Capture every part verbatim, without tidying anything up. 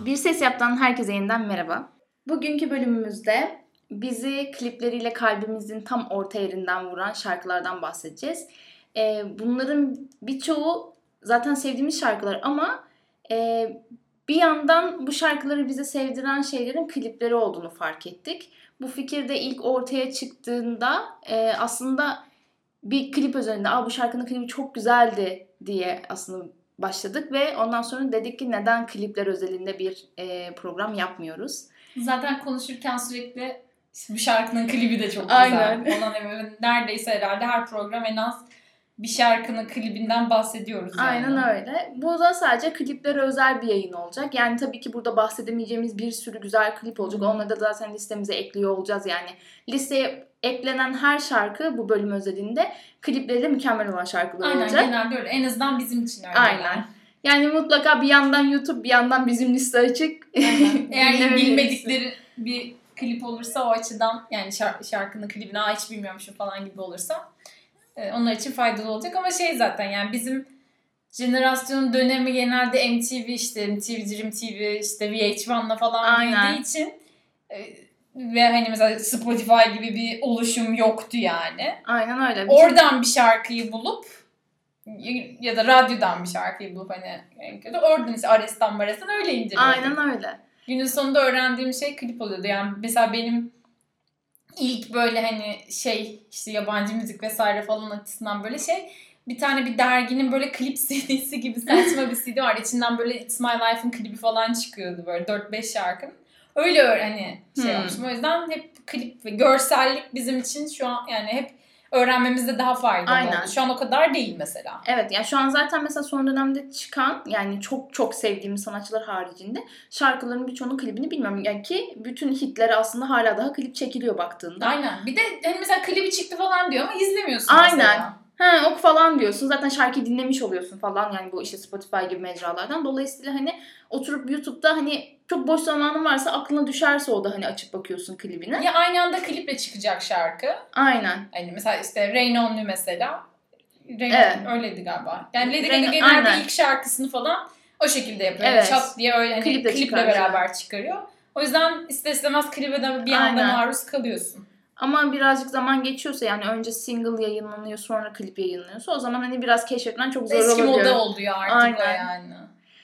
Bir Ses Yap'tan herkese yeniden merhaba. Bugünkü bölümümüzde bizi klipleriyle kalbimizin tam orta yerinden vuran şarkılardan bahsedeceğiz. Ee, bunların birçoğu zaten sevdiğimiz şarkılar ama e, bir yandan bu şarkıları bize sevdiren şeylerin klipleri olduğunu fark ettik. Bu fikir de ilk ortaya çıktığında e, aslında bir klip üzerinde "Aa, bu şarkının klibi çok güzeldi" diye aslında başladık ve ondan sonra dedik ki neden klipler özelinde bir e, program yapmıyoruz? Zaten konuşurken sürekli işte bu şarkının klibi de çok güzel. Aynen. Olan neredeyse herhalde her program en az bir şarkının klibinden bahsediyoruz. Yani. Aynen öyle. Bu da sadece kliplere özel bir yayın olacak. Yani tabii ki burada bahsedemeyeceğimiz bir sürü güzel klip olacak. Hmm. Onları da zaten listemize ekliyor olacağız yani. Listeye eklenen her şarkı bu bölüm özelinde klipleriyle mükemmel olan şarkılar Aynen, olacak. Aynen genelde öyle. En azından bizim için öyle. Aynen. Yani mutlaka bir yandan YouTube bir yandan bizim liste açık. Aynen. Eğer bilmedikleri bir klip olursa o açıdan yani şark- şarkının klibini "Aa, hiç bilmiyormuşum" falan gibi olursa onlar için faydalı olacak. Ama şey zaten yani bizim jenerasyonun dönemi genelde M T V işte M T V, Dream T V, işte V H one'la falan büyüdüğü için ve hani mesela Spotify gibi bir oluşum yoktu yani. Aynen öyle. Oradan bir şarkıyı bulup ya da radyodan bir şarkıyı bulup hani en kötü oradan işte Ares'tan Mares'tan öyle indiriyordum. Aynen öyle. Günün sonunda öğrendiğim şey klip oluyordu. Yani mesela benim ilk böyle hani şey işte yabancı müzik vesaire falan açısından böyle şey bir tane bir derginin böyle klip C D'si gibi saçma bir C D var. İçinden böyle It's My Life'ın klibi falan çıkıyordu böyle dört beş şarkının. Öyle hani şey hmm. yapmışım. O yüzden hep klip ve görsellik bizim için şu an yani hep öğrenmemizde daha faydalı Aynen. oldu. Şu an o kadar değil mesela. Evet yani şu an zaten mesela son dönemde çıkan yani çok çok sevdiğim sanatçılar haricinde şarkıların birçoğunun klibini bilmiyorum. Yani ki bütün hitleri aslında hala daha klip çekiliyor baktığında. Aynen. Bir de hani mesela klibi çıktı falan diyor ama izlemiyorsun Aynen. mesela. Ha ok falan diyorsun. Zaten şarkıyı dinlemiş oluyorsun falan yani bu işte Spotify gibi mecralardan. Dolayısıyla hani oturup YouTube'da hani çok boş zamanın varsa aklına düşerse o da hani açıp bakıyorsun klibine. Ya aynı anda kliple çıkacak şarkı. Aynen. Hani mesela işte Rain On Me mesela. Rain evet. On öyleydi galiba. Yani Lady Gaga genelde aynen. ilk şarkısını falan o şekilde yapıyor. Evet. Çat diye öyle hani kliple, kliple beraber çıkarıyor. O yüzden ister istemez klibe de bir anda aynen. maruz kalıyorsun. Ama birazcık zaman geçiyorsa yani önce single yayınlanıyor sonra klip yayınlanıyorsa o zaman hani biraz keşfetmen çok zor Eski oluyor. Eski moda oluyor artık aynen. o yani.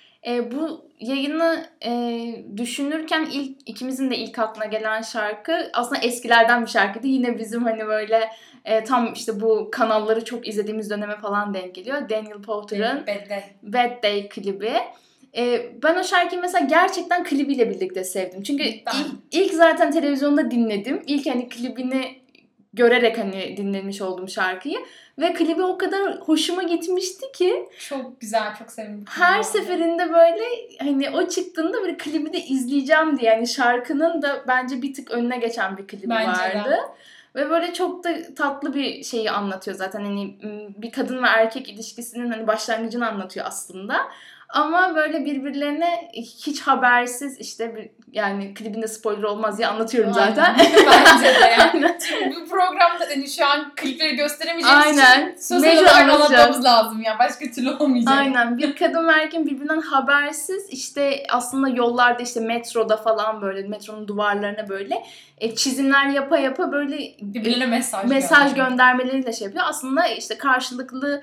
E, bu yayını e, düşünürken ilk ikimizin de ilk aklına gelen şarkı aslında eskilerden bir şarkıydı. Yine bizim hani böyle e, tam işte bu kanalları çok izlediğimiz döneme falan denk geliyor. Daniel Porter'ın Bad Day, Bad Day klibi. E, ben o şarkıyı mesela gerçekten klibiyle birlikte sevdim. Çünkü ilk, ilk zaten televizyonda dinledim. İlk hani klibini görerek hani dinlemiş olduğum şarkıyı. Ve klibi o kadar hoşuma gitmişti ki. Çok güzel, çok sevdim. Her oldu. Seferinde böyle hani o çıktığında böyle klibi de izleyeceğim diye. Yani şarkının da bence bir tık önüne geçen bir klibi bence vardı. De. Ve böyle çok da tatlı bir şeyi anlatıyor zaten. Hani bir kadın ve erkek ilişkisinin hani başlangıcını anlatıyor aslında. Ama böyle birbirlerine hiç habersiz işte bir, yani klibinde spoiler olmaz diye anlatıyorum aynen. zaten. Bence de yani. Çünkü bu programda hani şu an klipleri gösteremeyeceğimiz aynen. için söz olarak anlatmamız lazım ya. Başka türlü olmayacak. Aynen. Bir kadın ve erkeğin birbirinden habersiz işte aslında yollarda işte metroda falan böyle metronun duvarlarına böyle e, çizimler yapa yapa böyle birbirine mesaj, mesaj göndermeleriyle şey yapıyor. Aslında işte karşılıklı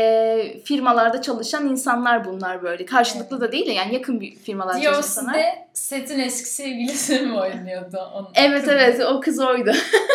e, firmalarda çalışan insanlar bunlar böyle. Karşılıklı evet. da değil de yani yakın bir firmalarda çalışan insanlar. Diyorsun setin eski sevgilisi mi oynuyordu? Onun evet kızı. Evet o kız oydu.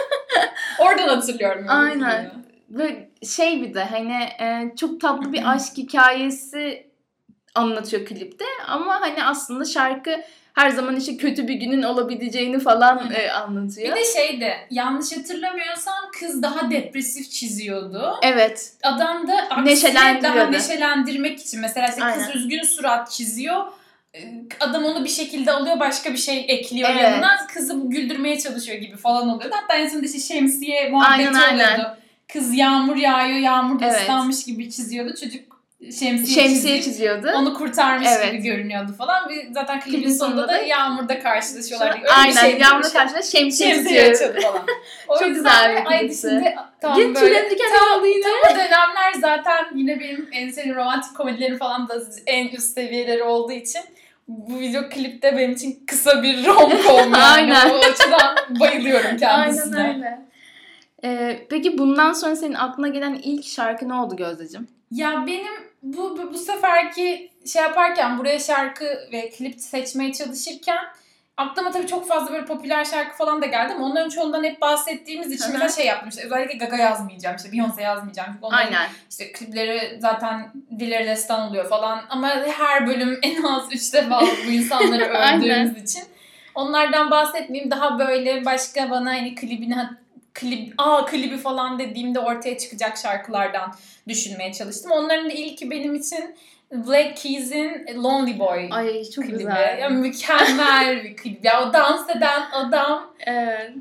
Oradan hatırlıyorum. Aynen. Böyle şey bir de hani e, çok tatlı bir aşk hikayesi anlatıyor klipte. Ama hani aslında şarkı her zaman işte kötü bir günün olabileceğini falan e, anlatıyor. Bir de şey de yanlış hatırlamıyorsam kız daha depresif çiziyordu. Evet. Adam da aksine daha neşelendirmek için. Mesela işte kız aynen. üzgün surat çiziyor. Adam onu bir şekilde alıyor başka bir şey ekliyor evet. yanına. Kızı güldürmeye çalışıyor gibi falan oluyordu. Hatta en sonunda işte şemsiye muhabbeti aynen, oluyordu. Aynen. Kız yağmur yağıyor yağmurda evet. ıslanmış gibi çiziyordu. Çocuk şemsiye, şemsiye çiziyordu. Onu kurtarmış evet. gibi görünüyordu falan. Ve zaten klibin sonunda da yağmurda karşılaşıyorlar. Öyle aynen bir şey yağmurda karşılaşıyorlar. Şemsiye, şemsiye çiziyor falan. O çok güzel bir klipti. Tam Get böyle tam, oldu yine. Tam o dönemler zaten yine benim en sevdiğim romantik komedilerim falan da en üst seviyeleri olduğu için bu video klipte benim için kısa bir rom-com yani. Aynen. O açıdan bayılıyorum kendisine. Aynen öyle. Ee, peki bundan sonra senin aklına gelen ilk şarkı ne oldu Gözdeciğim? Ya benim bu, bu bu seferki şey yaparken, buraya şarkı ve klip seçmeye çalışırken aklıma tabii çok fazla böyle popüler şarkı falan da geldi ama onların çoğundan hep bahsettiğimiz için mesela şey yaptım, işte özellikle Gaga yazmayacağım, işte Beyoncé yazmayacağım. Çünkü onların Aynen. işte klipleri zaten dilleri destan oluyor falan ama her bölüm en az üç defa bu insanları övdüğümüz için onlardan bahsetmeyeyim. Daha böyle başka bana hani klibini klip, aa klibi falan dediğimde ortaya çıkacak şarkılardan düşünmeye çalıştım. Onların da ilki benim için Black Keys'in Lonely Boy Ay çok klibi. güzel. Ya, mükemmel bir klip. Ya o dans eden adam evet.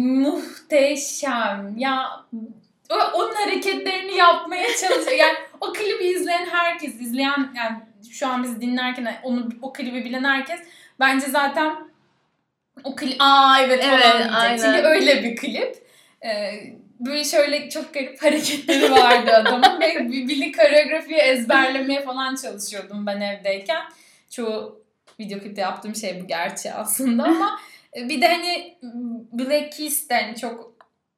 muhteşem. Ya o, onun hareketlerini yapmaya çalışıyor. Yani o klibi izleyen herkes, izleyen yani şu an biz dinlerken onu o klibi bilen herkes bence zaten o klip aa evet, evet falan diyecek. Aynen. Çünkü öyle bir klip. Ee, böyle şöyle çok garip hareketleri vardı adamın ve bildiğin koreografiyi ezberlemeye falan çalışıyordum ben evdeyken. Çoğu video klipte yaptığım şey bu gerçi aslında ama bir de hani Black Keys de hani çok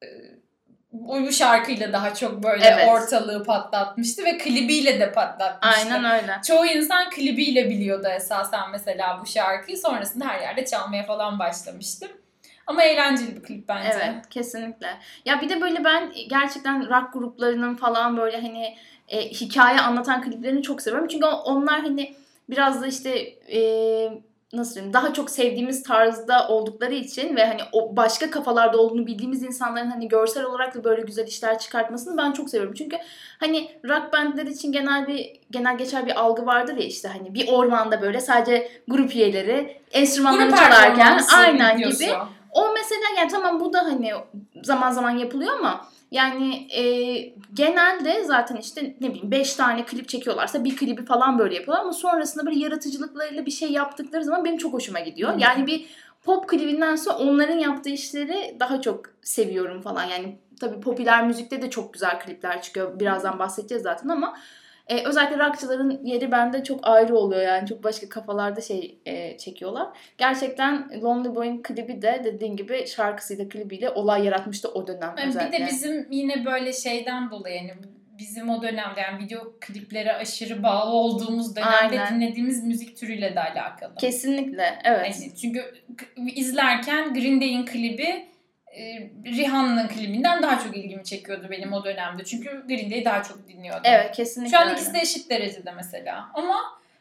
bu şarkıyla daha çok böyle evet. ortalığı patlatmıştı ve klibiyle de patlatmıştı. Aynen öyle. Çoğu insan klibiyle biliyordu esasen mesela bu şarkıyı. Sonrasında her yerde çalmaya falan başlamıştım. Ama eğlenceli bir klip bence. Evet, kesinlikle. Ya bir de böyle ben gerçekten rock gruplarının falan böyle hani e, hikaye anlatan kliplerini çok seviyorum. Çünkü onlar hani biraz da işte e, nasıl diyeyim, daha çok sevdiğimiz tarzda oldukları için ve hani o başka kafalarda olduğunu bildiğimiz insanların hani görsel olarak da böyle güzel işler çıkartmasını ben çok seviyorum. Çünkü hani rock bandler için genel bir genel geçer bir algı vardır ya, işte hani bir ormanda böyle sadece grup üyeleri enstrümanlarını grup çalarken aynen gibi. O mesela yani tamam bu da hani zaman zaman yapılıyor ama yani e, genelde zaten işte ne bileyim beş tane klip çekiyorlarsa bir klibi falan böyle yapıyorlar ama sonrasında böyle yaratıcılıklarıyla bir şey yaptıkları zaman benim çok hoşuma gidiyor. Hmm. Yani bir pop klibindense onların yaptığı işleri daha çok seviyorum falan. Yani tabii popüler müzikte de çok güzel klipler çıkıyor. Birazdan bahsedeceğiz zaten ama Ee, özellikle rockçıların yeri bende çok ayrı oluyor yani. Çok başka kafalarda şey e, çekiyorlar. Gerçekten Lonely Boy'un klibi de dediğin gibi şarkısıyla klibiyle olay yaratmıştı o dönem yani özellikle. Bir de bizim yine böyle şeyden dolayı yani bizim o dönemde yani video kliplere aşırı bağlı olduğumuz dönemde Aynen. dinlediğimiz müzik türüyle de alakalı. Kesinlikle evet. Yani çünkü izlerken Green Day'in klibi Rihanna'nın klibinden daha çok ilgimi çekiyordu benim o dönemde. Çünkü Green Day'i daha çok dinliyordum. Evet kesinlikle. Şu an ikisi de eşit derecede mesela. Ama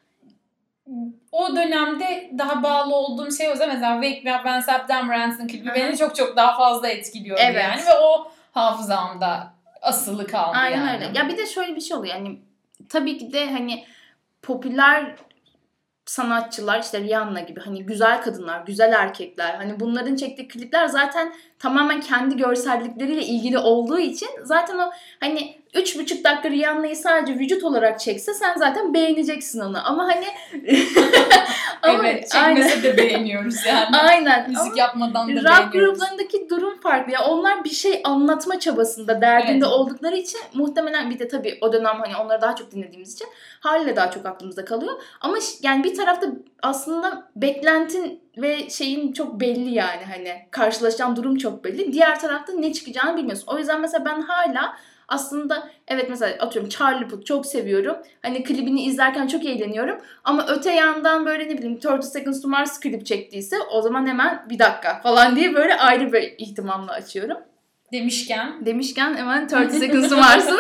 o dönemde daha bağlı olduğum şey o zaman mesela Wake Me Up When September Ends'in klibi Hı-hı. beni çok çok daha fazla etkiliyordu evet. yani. Ve o hafızamda asılı kaldı Aynen yani. Aynen öyle. Ya bir de şöyle bir şey oluyor. Yani tabii ki de hani popüler sanatçılar işte Rihanna gibi hani güzel kadınlar, güzel erkekler hani bunların çektiği klipler zaten tamamen kendi görsellikleriyle ilgili olduğu için zaten o hani üç buçuk dakika Rihanna'yı sadece vücut olarak çekse sen zaten beğeneceksin onu ama hani ama evet çekmese de beğeniyoruz yani. Aynen. Müzik ama yapmadan da rock beğeniyoruz. Rock gruplarındaki durum farklı. Ya onlar bir şey anlatma çabasında, derdinde evet. oldukları için muhtemelen bir de tabii o dönem hani onları daha çok dinlediğimiz için haliyle daha çok aklımızda kalıyor. Ama yani bir tarafta aslında beklentin ve şeyin çok belli yani hani karşılaşacağın durum çok belli. Diğer tarafta ne çıkacağını bilmiyorsun. O yüzden mesela ben hala aslında evet mesela atıyorum Charlie Puth çok seviyorum. Hani klibini izlerken çok eğleniyorum. Ama öte yandan böyle ne bileyim thirty Seconds to Mars klip çektiyse o zaman hemen bir dakika falan diye böyle ayrı bir ihtimamla açıyorum. Demişken. Demişken hemen thirty Seconds to Mars'ın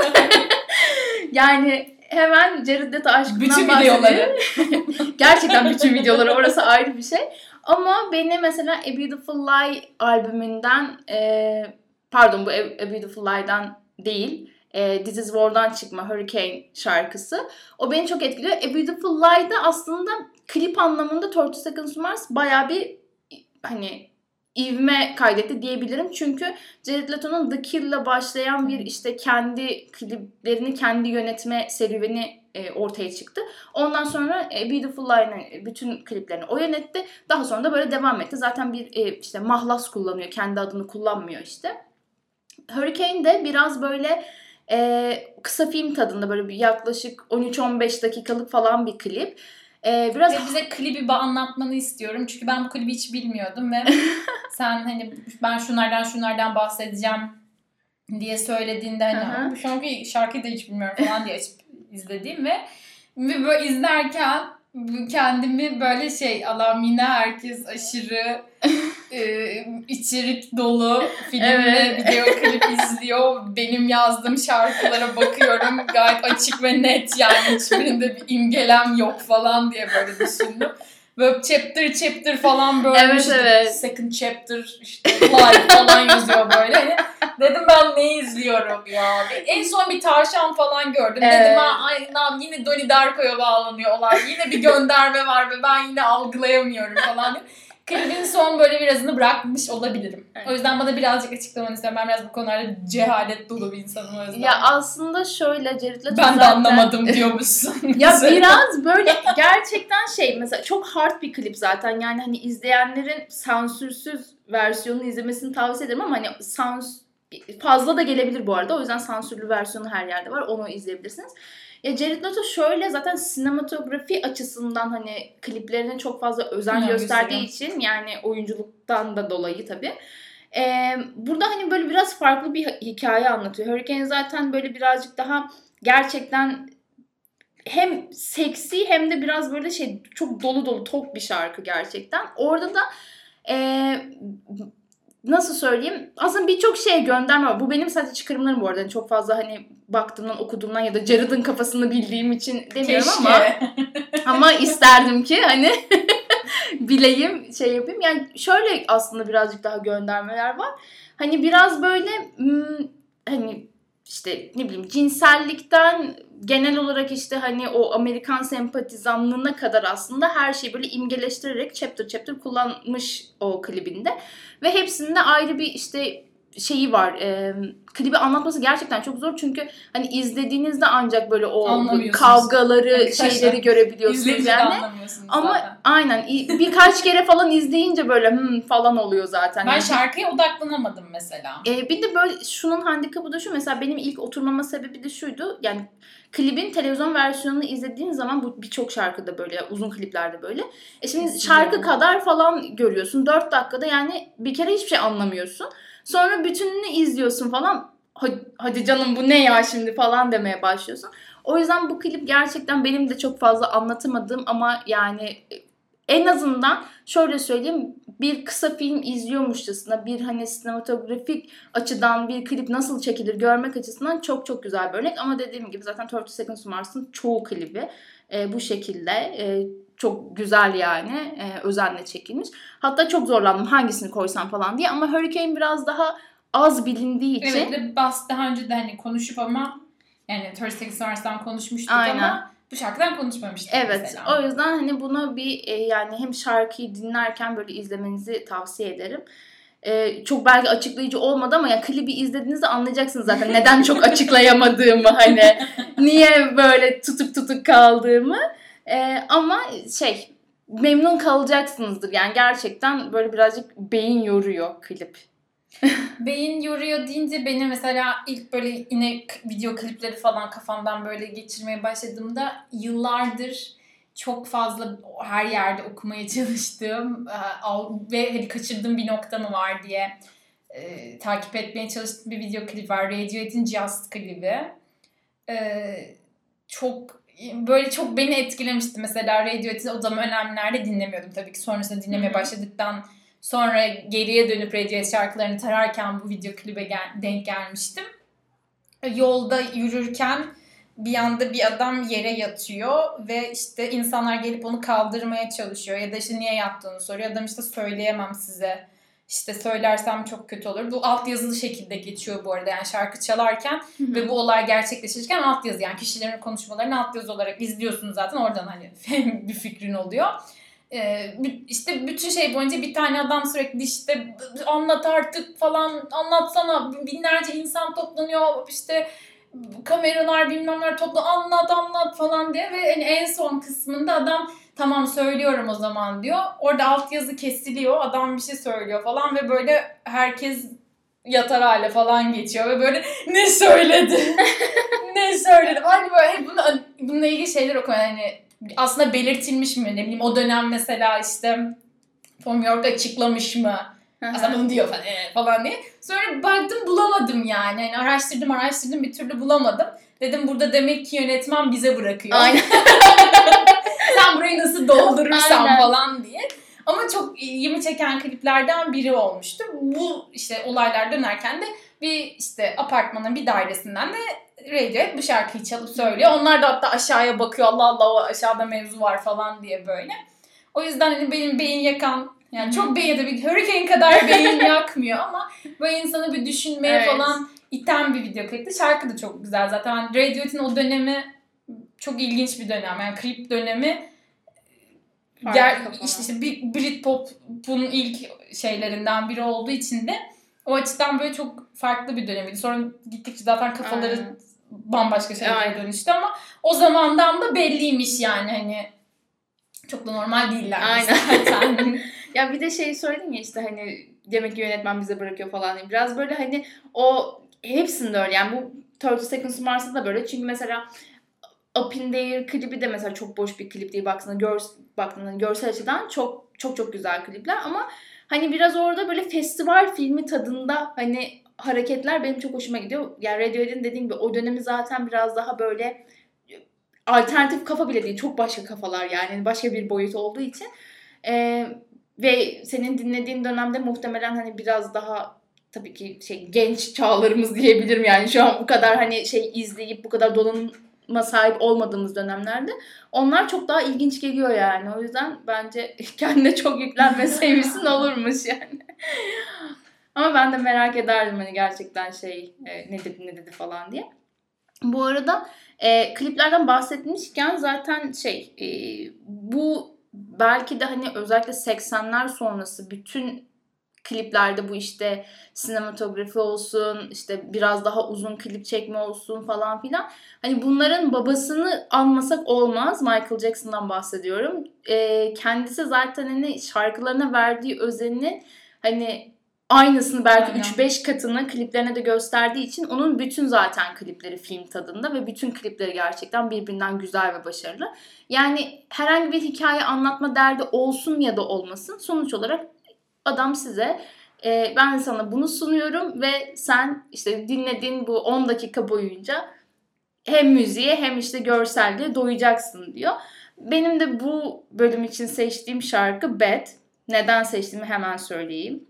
yani hemen Jared Leto aşkından bütün videoları. Gerçekten bütün videoları orası ayrı bir şey. Ama beni mesela A Beautiful Lie albümünden e, pardon bu A Beautiful Lie'dan değil. E, This Is War'dan çıkma Hurricane şarkısı. O beni çok etkiliyor. A Beautiful Lie'da aslında klip anlamında thirty Seconds to Mars bayağı bir hani ivme kaydetti diyebilirim. Çünkü Jared Leto'nun The Kill'la başlayan bir işte kendi kliplerini kendi yönetme serüveni e, ortaya çıktı. Ondan sonra e, Beautiful Lie'nin bütün kliplerini o yönetti. Daha sonra da böyle devam etti. Zaten bir e, işte mahlas kullanıyor. Kendi adını kullanmıyor işte. Hurricane de biraz böyle e, kısa film tadında böyle bir yaklaşık on üç on beş dakikalık falan bir klip. Ee, biraz ve bize klibi anlatmanı istiyorum. Çünkü ben bu klibi hiç bilmiyordum ve sen hani ben şunlardan şunlardan bahsedeceğim diye söylediğinde hani bu şarkıyı, şarkıyı da hiç bilmiyorum falan diye açıp izlediğim ve, ve böyle izlerken kendimi böyle şey Allah'ım yine herkes aşırı e, içerik dolu film evet. ve video klip izliyor. Benim yazdığım şarkılara bakıyorum. Gayet açık ve net yani hiçbirinde bir imgelem yok falan diye böyle düşündüm. Böyle chapter chapter falan böyle evet, işte evet. second chapter işte live falan yazıyor böyle. Hani dedim ben ne izliyorum ya. En son bir tavşan falan gördüm. Evet. Dedim ha ay yine Donnie Darko'ya bağlanıyor olay. Yine bir gönderme var ve ben yine algılayamıyorum falan. Klibin son böyle birazını bırakmış olabilirim. Evet. O yüzden bana birazcık açıklamanı istiyorum. Ben biraz bu konularda cehalet dolu bir insanım o yüzden. Ya aslında şöyle Jared Leto ben zaten... de anlamadım diyormuşsun. ya biraz böyle gerçekten şey mesela çok hard bir klip zaten. Yani hani izleyenlerin sansürsüz versiyonunu izlemesini tavsiye ederim ama hani sans fazla da gelebilir bu arada. O yüzden sansürlü versiyonu her yerde var. Onu izleyebilirsiniz. Ya Jared Leto şöyle zaten sinematografi açısından hani kliplerine çok fazla özen ya, gösterdiği güzel. için yani oyunculuktan da dolayı tabii. Ee, burada hani böyle biraz farklı bir hikaye anlatıyor. Hurricane zaten böyle birazcık daha gerçekten hem seksi hem de biraz böyle şey çok dolu dolu tok bir şarkı gerçekten. Orada da ee, nasıl söyleyeyim? Aslında birçok şeye gönderme var. Bu benim sadece çıkarımlarım bu arada. Yani çok fazla hani baktığımdan, okuduğumdan ya da Jared'ın kafasını bildiğim için demiyorum Keşke. ama ama isterdim ki hani bileyim, şey yapayım. Yani şöyle aslında birazcık daha göndermeler var. Hani biraz böyle hmm, hani işte ne bileyim cinsellikten genel olarak işte hani o Amerikan sempatizanlığına kadar aslında her şeyi böyle imgeleştirerek chapter chapter kullanmış o klibinde. Ve hepsinde ayrı bir işte şeyi var. E, klibi anlatması gerçekten çok zor çünkü hani izlediğinizde ancak böyle o kavgaları, arkadaşlar, şeyleri görebiliyorsunuz yani. Ama zaten. Aynen birkaç kere falan izleyince böyle hmm falan oluyor zaten. Ben yani. şarkıya odaklanamadım mesela. E, bir de böyle şunun handikapı da şu, mesela benim ilk oturmama sebebi de şuydu. Yani klibin televizyon versiyonunu izlediğin zaman bu birçok şarkıda böyle, uzun kliplerde böyle. E şimdi Kesin şarkı yani. kadar falan görüyorsun. dört dakikada yani bir kere hiçbir şey anlamıyorsun. Sonra bütününü izliyorsun falan. Hadi canım bu ne ya şimdi falan demeye başlıyorsun. O yüzden bu klip gerçekten benim de çok fazla anlatamadığım ama yani en azından şöyle söyleyeyim, bir kısa film izliyormuşçasına bir hani sinematografik açıdan bir klip nasıl çekilir görmek açısından çok çok güzel bir örnek. Ama dediğim gibi zaten otuz Seconds to Mars'ın çoğu klibi e, bu şekilde e, çok güzel yani e, özenle çekilmiş. Hatta çok zorlandım hangisini koysam falan diye ama Hurricane biraz daha az bilindiği için. Evet de Bas daha önce de hani konuşup ama yani otuz Seconds to Mars'tan konuşmuştuk Aynen. ama bu şarkıdan konuşmamıştık evet, mesela. Evet o yüzden hani buna bir e, yani hem şarkıyı dinlerken böyle izlemenizi tavsiye ederim. E, çok belki açıklayıcı olmadı ama ya klibi izlediğinizde anlayacaksınız zaten neden çok açıklayamadığımı hani niye böyle tutuk tutuk kaldığımı. E, ama şey memnun kalacaksınızdır yani gerçekten böyle birazcık beyin yoruyor klip. Beyin yoruyor deyince beni mesela ilk böyle yine video klipleri falan kafamdan böyle geçirmeye başladığımda yıllardır çok fazla her yerde okumaya çalıştığım ve hani kaçırdığım bir nokta mı var diye e, takip etmeye çalıştığım bir video klip var. Radiohead'in Just klibi. E, çok böyle çok beni etkilemişti. Mesela Radiohead'i o zaman önemlilerde dinlemiyordum tabii ki. Sonrasında dinlemeye Hı-hı. başladıktan sonra geriye dönüp Radiohead şarkılarını tararken bu video klibe gel- denk gelmiştim. Yolda yürürken bir anda bir adam yere yatıyor ve işte insanlar gelip onu kaldırmaya çalışıyor. Ya da işte niye yattığını soruyor. Adam işte söyleyemem size. İşte söylersem çok kötü olur. Bu altyazılı şekilde geçiyor bu arada yani şarkı çalarken Hı-hı. ve bu olay gerçekleşirken altyazı yani kişilerin konuşmalarını altyazı olarak izliyorsunuz zaten oradan hani bir fikrin oluyor. Ee, işte bütün şey boyunca bir tane adam sürekli işte anlat artık falan anlatsana binlerce insan toplanıyor işte kameralar bilmemler topla anlat anlat falan diye ve hani en son kısmında adam tamam söylüyorum o zaman diyor. Orada altyazı kesiliyor adam bir şey söylüyor falan ve böyle herkes yatar hale falan geçiyor ve böyle ne söyledi ne söyledi hani böyle bunu, bununla ilgili şeyler okuyor hani aslında belirtilmiş mi? Ne bileyim o dönem mesela işte Tom York açıklamış mı? Aslında bunu diyor falan, ee, falan diye. Sonra baktım bulamadım yani. yani. Araştırdım araştırdım bir türlü bulamadım. Dedim burada demek ki yönetmen bize bırakıyor. Aynen. Sen burayı nasıl doldurursan Aynen. falan diye. Ama çok ilgimi çeken kliplerden biri olmuştu. Bu işte olaylar dönerken de bir işte apartmanın bir dairesinden de Radiohead bu şarkıyı çalıp söylüyor. Onlar da hatta aşağıya bakıyor. Allah Allah o aşağıda mevzu var falan diye böyle. O yüzden hani benim beyin yakan yani Hı-hı. çok beyin bir hurricane kadar beyin yakmıyor ama böyle insanı bir düşünmeye evet. falan iten bir video klipti. Şarkı da çok güzel zaten. Radiohead'in o dönemi çok ilginç bir dönem. Yani klip dönemi ger- işte, işte bir Britpop'un ilk şeylerinden biri olduğu için de o açıdan böyle çok farklı bir dönemiydi. Sonra gittikçe zaten kafaları Aynen. bambaşka şeylere Aynen. dönüştü ama o zamandan da belliymiş yani hani çok da normal değiller Aynen. zaten. Ya bir de şey söyledin ya işte hani demek ki yönetmen bize bırakıyor falan diye. Biraz böyle hani o hepsinde öyle yani bu thirty Seconds to Mars'ta da böyle çünkü mesela Up in the Air klibi de mesela çok boş bir klip değil baktığında, gör, baktığında görsel açıdan çok çok çok güzel klipler ama hani biraz orada böyle festival filmi tadında hani hareketler benim çok hoşuma gidiyor. Yani Radiohead'in dediğim gibi o dönemi zaten biraz daha böyle alternatif kafa bile değil. Çok başka kafalar yani. Başka bir boyut olduğu için. Ee, ve senin dinlediğin dönemde muhtemelen hani biraz daha tabii ki şey genç çağlarımız diyebilirim yani. Şu an bu kadar hani şey izleyip bu kadar donanıma sahip olmadığımız dönemlerde onlar çok daha ilginç geliyor yani. O yüzden bence kendine çok yüklenmeseymişsin olurmuş yani. Ama ben de merak ederdim hani gerçekten şey e, ne dedi ne dedi falan diye. Bu arada e, kliplerden bahsetmişken zaten şey e, bu belki de hani özellikle seksenler sonrası bütün kliplerde bu işte sinematografi olsun işte biraz daha uzun klip çekme olsun falan filan. Hani bunların babasını almasak olmaz. Michael Jackson'dan bahsediyorum. E, kendisi zaten hani şarkılarına verdiği özenini hani aynısını belki Aynen. üç beş katını kliplerine de gösterdiği için onun bütün zaten klipleri film tadında ve bütün klipleri gerçekten birbirinden güzel ve başarılı. Yani herhangi bir hikaye anlatma derdi olsun ya da olmasın sonuç olarak adam size e, ben sana bunu sunuyorum ve sen işte dinlediğin bu on dakika boyunca hem müziğe hem işte görselliğe doyacaksın diyor. Benim de bu bölüm için seçtiğim şarkı Bad. Neden seçtiğimi hemen söyleyeyim.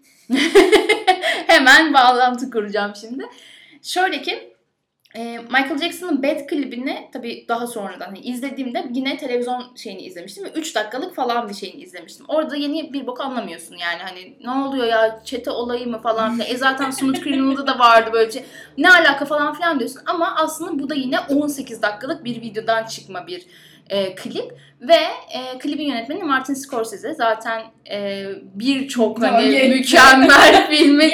Hemen bağlantı kuracağım şimdi. Şöyle ki Michael Jackson'ın Bad klibini tabii daha sonradan hani izlediğimde yine televizyon şeyini izlemiştim ve üç dakikalık falan bir şeyini izlemiştim. Orada yeni bir bok anlamıyorsun yani hani ne oluyor ya çete olayı mı falan filan. E zaten Smooth Criminal'da da vardı böyle şey. Ne alaka falan filan diyorsun ama aslında bu da yine on sekiz dakikalık bir videodan çıkma bir e, klip ve e, klibin yönetmeni Martin Scorsese zaten e, birçok hani yetti. mükemmel filmi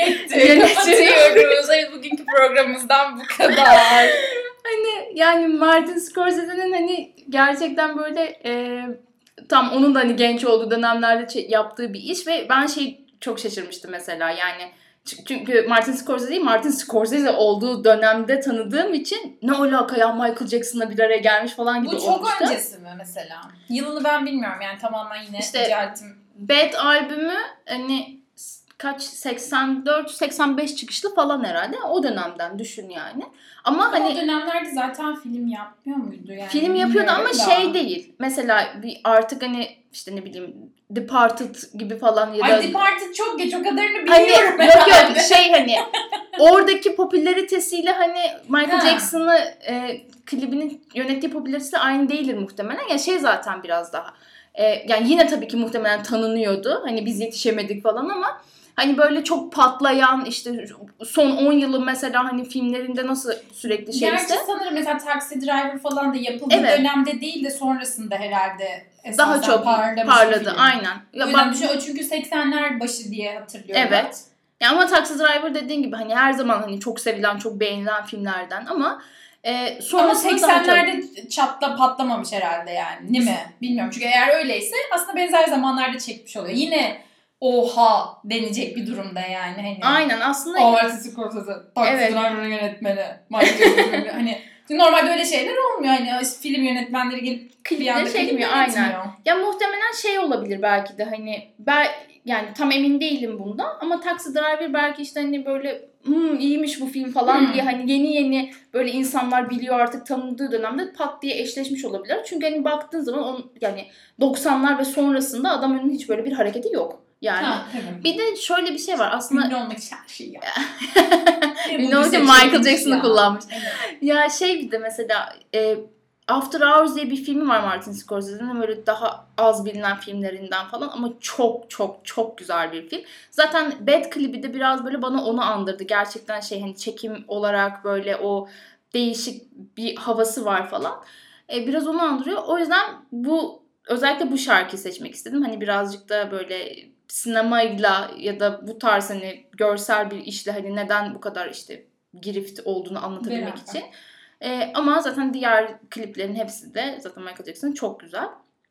yönetiyoruz. Evet bugünkü programımızdan bu kadar. Hani yani Martin Scorsese'nin hani gerçekten böyle e, tam onun da hani genç olduğu dönemlerde yaptığı bir iş ve ben şey çok şaşırmıştım mesela yani çünkü Martin Scorsese değil Martin Scorsese olduğu dönemde tanıdığım için ne alaka ya Michael Jackson'la bir araya gelmiş falan gibi olmuştu. Bu çok öncesi mi mesela? Yılını ben bilmiyorum yani tamamen yine işte ticaretim. Bad albümü hani kaç seksen dört seksen beş çıkışlı falan herhalde o dönemden düşün yani. Ama, ama hani o dönemlerde zaten film yapmıyor muydu yani? Film yapıyordu ama da. şey değil. Mesela bir artık hani işte ne bileyim Departed gibi falan ya da Ay Departed çok geç o kadarını biliyorum. Hani yok yok şey hani oradaki popülaritesiyle hani Michael ha. Jackson'ı e, klibinin yönettiği popülaritesi aynı değildir muhtemelen. Ya şey zaten biraz daha e, yani yine tabii ki muhtemelen tanınıyordu. Hani biz yetişemedik falan ama hani böyle çok patlayan işte son on yılı mesela hani filmlerinde nasıl sürekli şeyse. Gerçi sanırım mesela Taxi Driver falan da yapıldığı evet. dönemde değil de sonrasında herhalde daha çok parladı film. Aynen. Ya bak şu çünkü seksenler başı diye hatırlıyorum. Evet. Ya ama Taxi Driver dediğin gibi hani her zaman hani çok sevilen, çok beğenilen filmlerden ama e, ama seksenlerde çok... çatla patlamamış herhalde yani. Değil mi? Bilmiyorum. Çünkü eğer öyleyse aslında benzer zamanlarda çekmiş oluyor. Yine oha denecek bir durumda yani. Hani, aynen aslında. Martin Scorsese, Taxi evet. Driver'ın yönetmeni. Hani Normalde öyle şeyler olmuyor. Hani film yönetmenleri gelip klipleri çekmiyor aynen. Ya muhtemelen şey olabilir belki de hani ben yani tam emin değilim bundan ama Taxi Driver belki işte hani böyle hmm, iyiymiş bu film falan hmm. diye hani yeni yeni böyle insanlar biliyor artık tanıdığı dönemde pat diye eşleşmiş olabilir. Çünkü hani baktığın zaman on, yani doksanlar ve sonrasında adamın hiç böyle bir hareketi yok. Yani ha, bir de şöyle bir şey var aslında. Ünlü olmak için her şeyi yap. Ünlü olmak için Michael Jackson'ı kullanmış. Evet. Ya şey bir de mesela e, After Hours diye bir filmi var Martin Scorsese'nin böyle daha az bilinen filmlerinden falan ama çok çok çok güzel bir film. Zaten Bad klibi de biraz böyle bana onu andırdı. Gerçekten şey hani çekim olarak böyle o değişik bir havası var falan. E, biraz onu andırıyor. O yüzden bu özellikle bu şarkıyı seçmek istedim. Hani birazcık da böyle sinemayla ya da bu tarz hani görsel bir işle hani neden bu kadar işte girift olduğunu anlatabilmek Beraber. için. Ee, ama zaten diğer kliplerin hepsi de zaten Michael Jackson'ın çok güzel.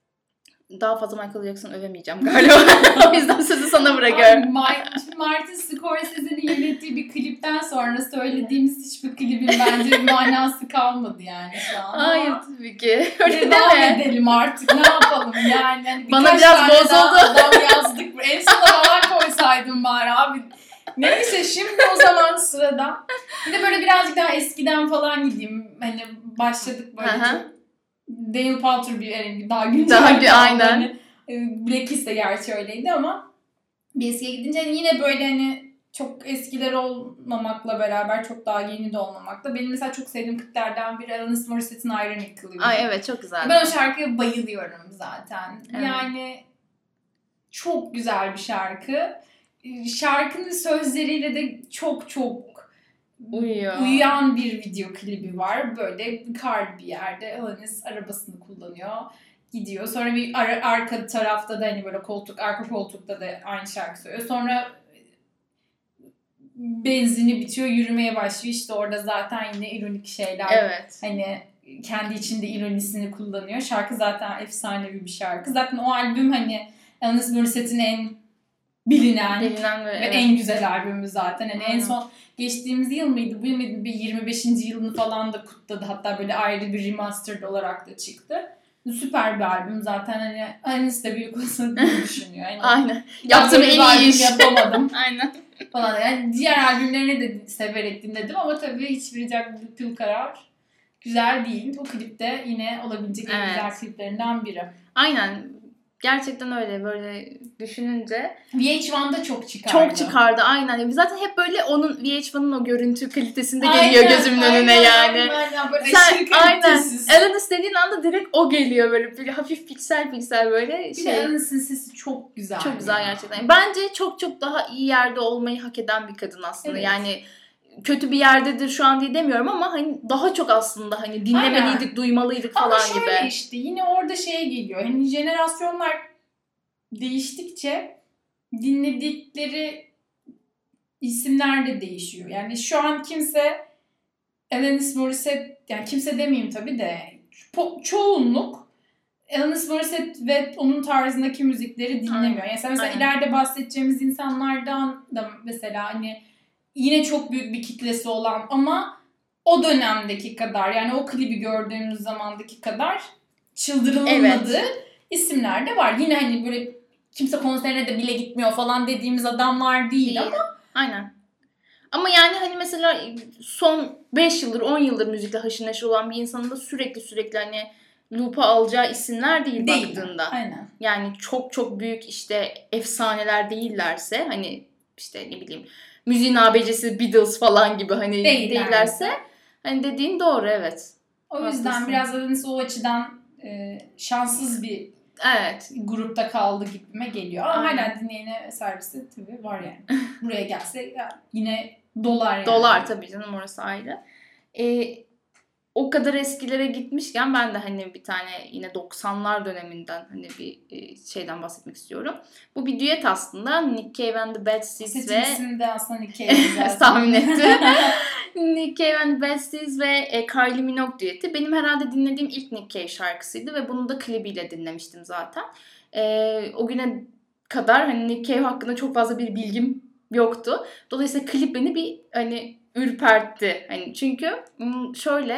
Daha fazla Michael Jackson övemeyeceğim galiba. O yüzden sözü sana bırakıyorum. Abi, Martin Scorsese'nin yönettiği bir klipten sonra söylediğimiz hiçbir klibin bence bir manası kalmadı yani şu an. Hayır tabii ki. Öyle devam deme. edelim artık ne yapalım yani. yani Bana biraz bozuldu. Adam yazdık. En sona falan koysaydım bari abi. Neyse şimdi o zaman sırada. Bir de böyle birazcık daha eskiden falan gideyim. Hani başladık böyle Aha. çok. Daniel Powter bir yani daha güncel. Daha aynen. Hani, Black Kiss de gerçi öyleydi ama bir eskiye gidince hani yine böyle hani çok eskiler olmamakla beraber çok daha yeni de olmamakla. Benim mesela çok sevdiğim kliplerden biri Alanis Morissette'in Ironic klibi. Ay evet çok güzel. Ben o şarkıya bayılıyorum zaten. Evet. Yani çok güzel bir şarkı. Şarkının sözleriyle de çok çok Uyuyor. uyuyan bir video klibi var. Böyle kar bir yerde Alanis arabasını kullanıyor. Gidiyor. Sonra bir ar- arka tarafta da hani böyle koltuk, arka koltukta da aynı şarkı söylüyor. Sonra benzini bitiyor, yürümeye başlıyor. İşte orada zaten yine ironik şeyler. Evet. Hani kendi içinde ironisini kullanıyor. Şarkı zaten efsanevi bir şarkı. Zaten o albüm hani Alanis Morissette'in en bilinen, bilinen ve, ve evet. en güzel albümü zaten. Hani en son geçtiğimiz yıl mıydı? Bu yıl mıydı? Bir yirmi beşinci yılını falan da kutladı. Hatta böyle ayrı bir remastered olarak da çıktı. Süper bir albüm zaten. Hani Alanis de büyük olsun diye düşünüyor. Yani aynen. Yaptığım en iyi iş. Yapamadım. Aynen. Falan. Yani diğer albümlerini de severek dinledim ama tabii hiçbir Jack karar güzel değil. O klip de yine olabilecek en evet. güzel kliplerinden biri. Aynen. Gerçekten öyle böyle düşününce. V H one'da çok çıkardı. Çok çıkardı aynen. Zaten hep böyle onun V H one'ın o görüntü kalitesinde geliyor aynen, gözümün aynen, önüne yani. Aynen böyle Sen, aynen. Alanis dediğin anda direkt o geliyor böyle, böyle hafif piksel piksel böyle bir şey. Bir de Alanis'in sesi çok güzel. Çok güzel ya. Gerçekten. Bence çok çok daha iyi yerde olmayı hak eden bir kadın aslında. Evet. Yani kötü bir yerdedir şu an diye demiyorum ama hani daha çok aslında hani dinlemeliydik, aynen. duymalıydık falan ama gibi. Ama şöyle işte yine orada şeye geliyor. Hani jenerasyonlar değiştikçe dinledikleri isimler de değişiyor. Yani şu an kimse Alanis Morissette, yani kimse demeyeyim tabii de ço- çoğunluk Alanis Morissette ve onun tarzındaki müzikleri dinlemiyor. Yani mesela, mesela ileride bahsedeceğimiz insanlardan da mesela hani yine çok büyük bir kitlesi olan ama o dönemdeki kadar yani o klibi gördüğümüz zamandaki kadar çıldırılmadığı evet. isimler de var. Yine hani böyle kimse konserine de bile gitmiyor falan dediğimiz adamlar değil, değil. ama. Aynen. Ama yani hani mesela son beş yıldır on yıldır müzikle haşır neşir olan bir insanın da sürekli sürekli hani loop'a alacağı isimler değil, değil baktığında. Aynen. Yani çok çok büyük işte efsaneler değillerse hani işte ne bileyim müziğin abecisi Beatles falan gibi hani Değiller değillerse yani. Hani dediğin doğru evet. O yüzden haklısın. Biraz da o açıdan e, şanssız bir evet. grupta kaldı gibime geliyor. Ama hala dinleyene servisi tabii var yani. Buraya gelse yine dolar yani. Dolar tabii canım orası ayrı. Ee, o kadar eskilere gitmişken ben de hani bir tane yine doksanlar döneminden hani bir şeyden bahsetmek istiyorum. Bu bir düet aslında. Nick Cave and the Bad Seeds ve... Seçim ismi de aslında Nick Cave zaten. Tahmin ettim. Nick Cave and the Bad Seeds ve Kylie Minogue düeti. Benim herhalde dinlediğim ilk Nick Cave şarkısıydı ve bunu da klibiyle dinlemiştim zaten. Ee, o güne kadar hani Nick Cave hakkında çok fazla bir bilgim yoktu. Dolayısıyla klip beni bir hani ürpertti. Hani çünkü şöyle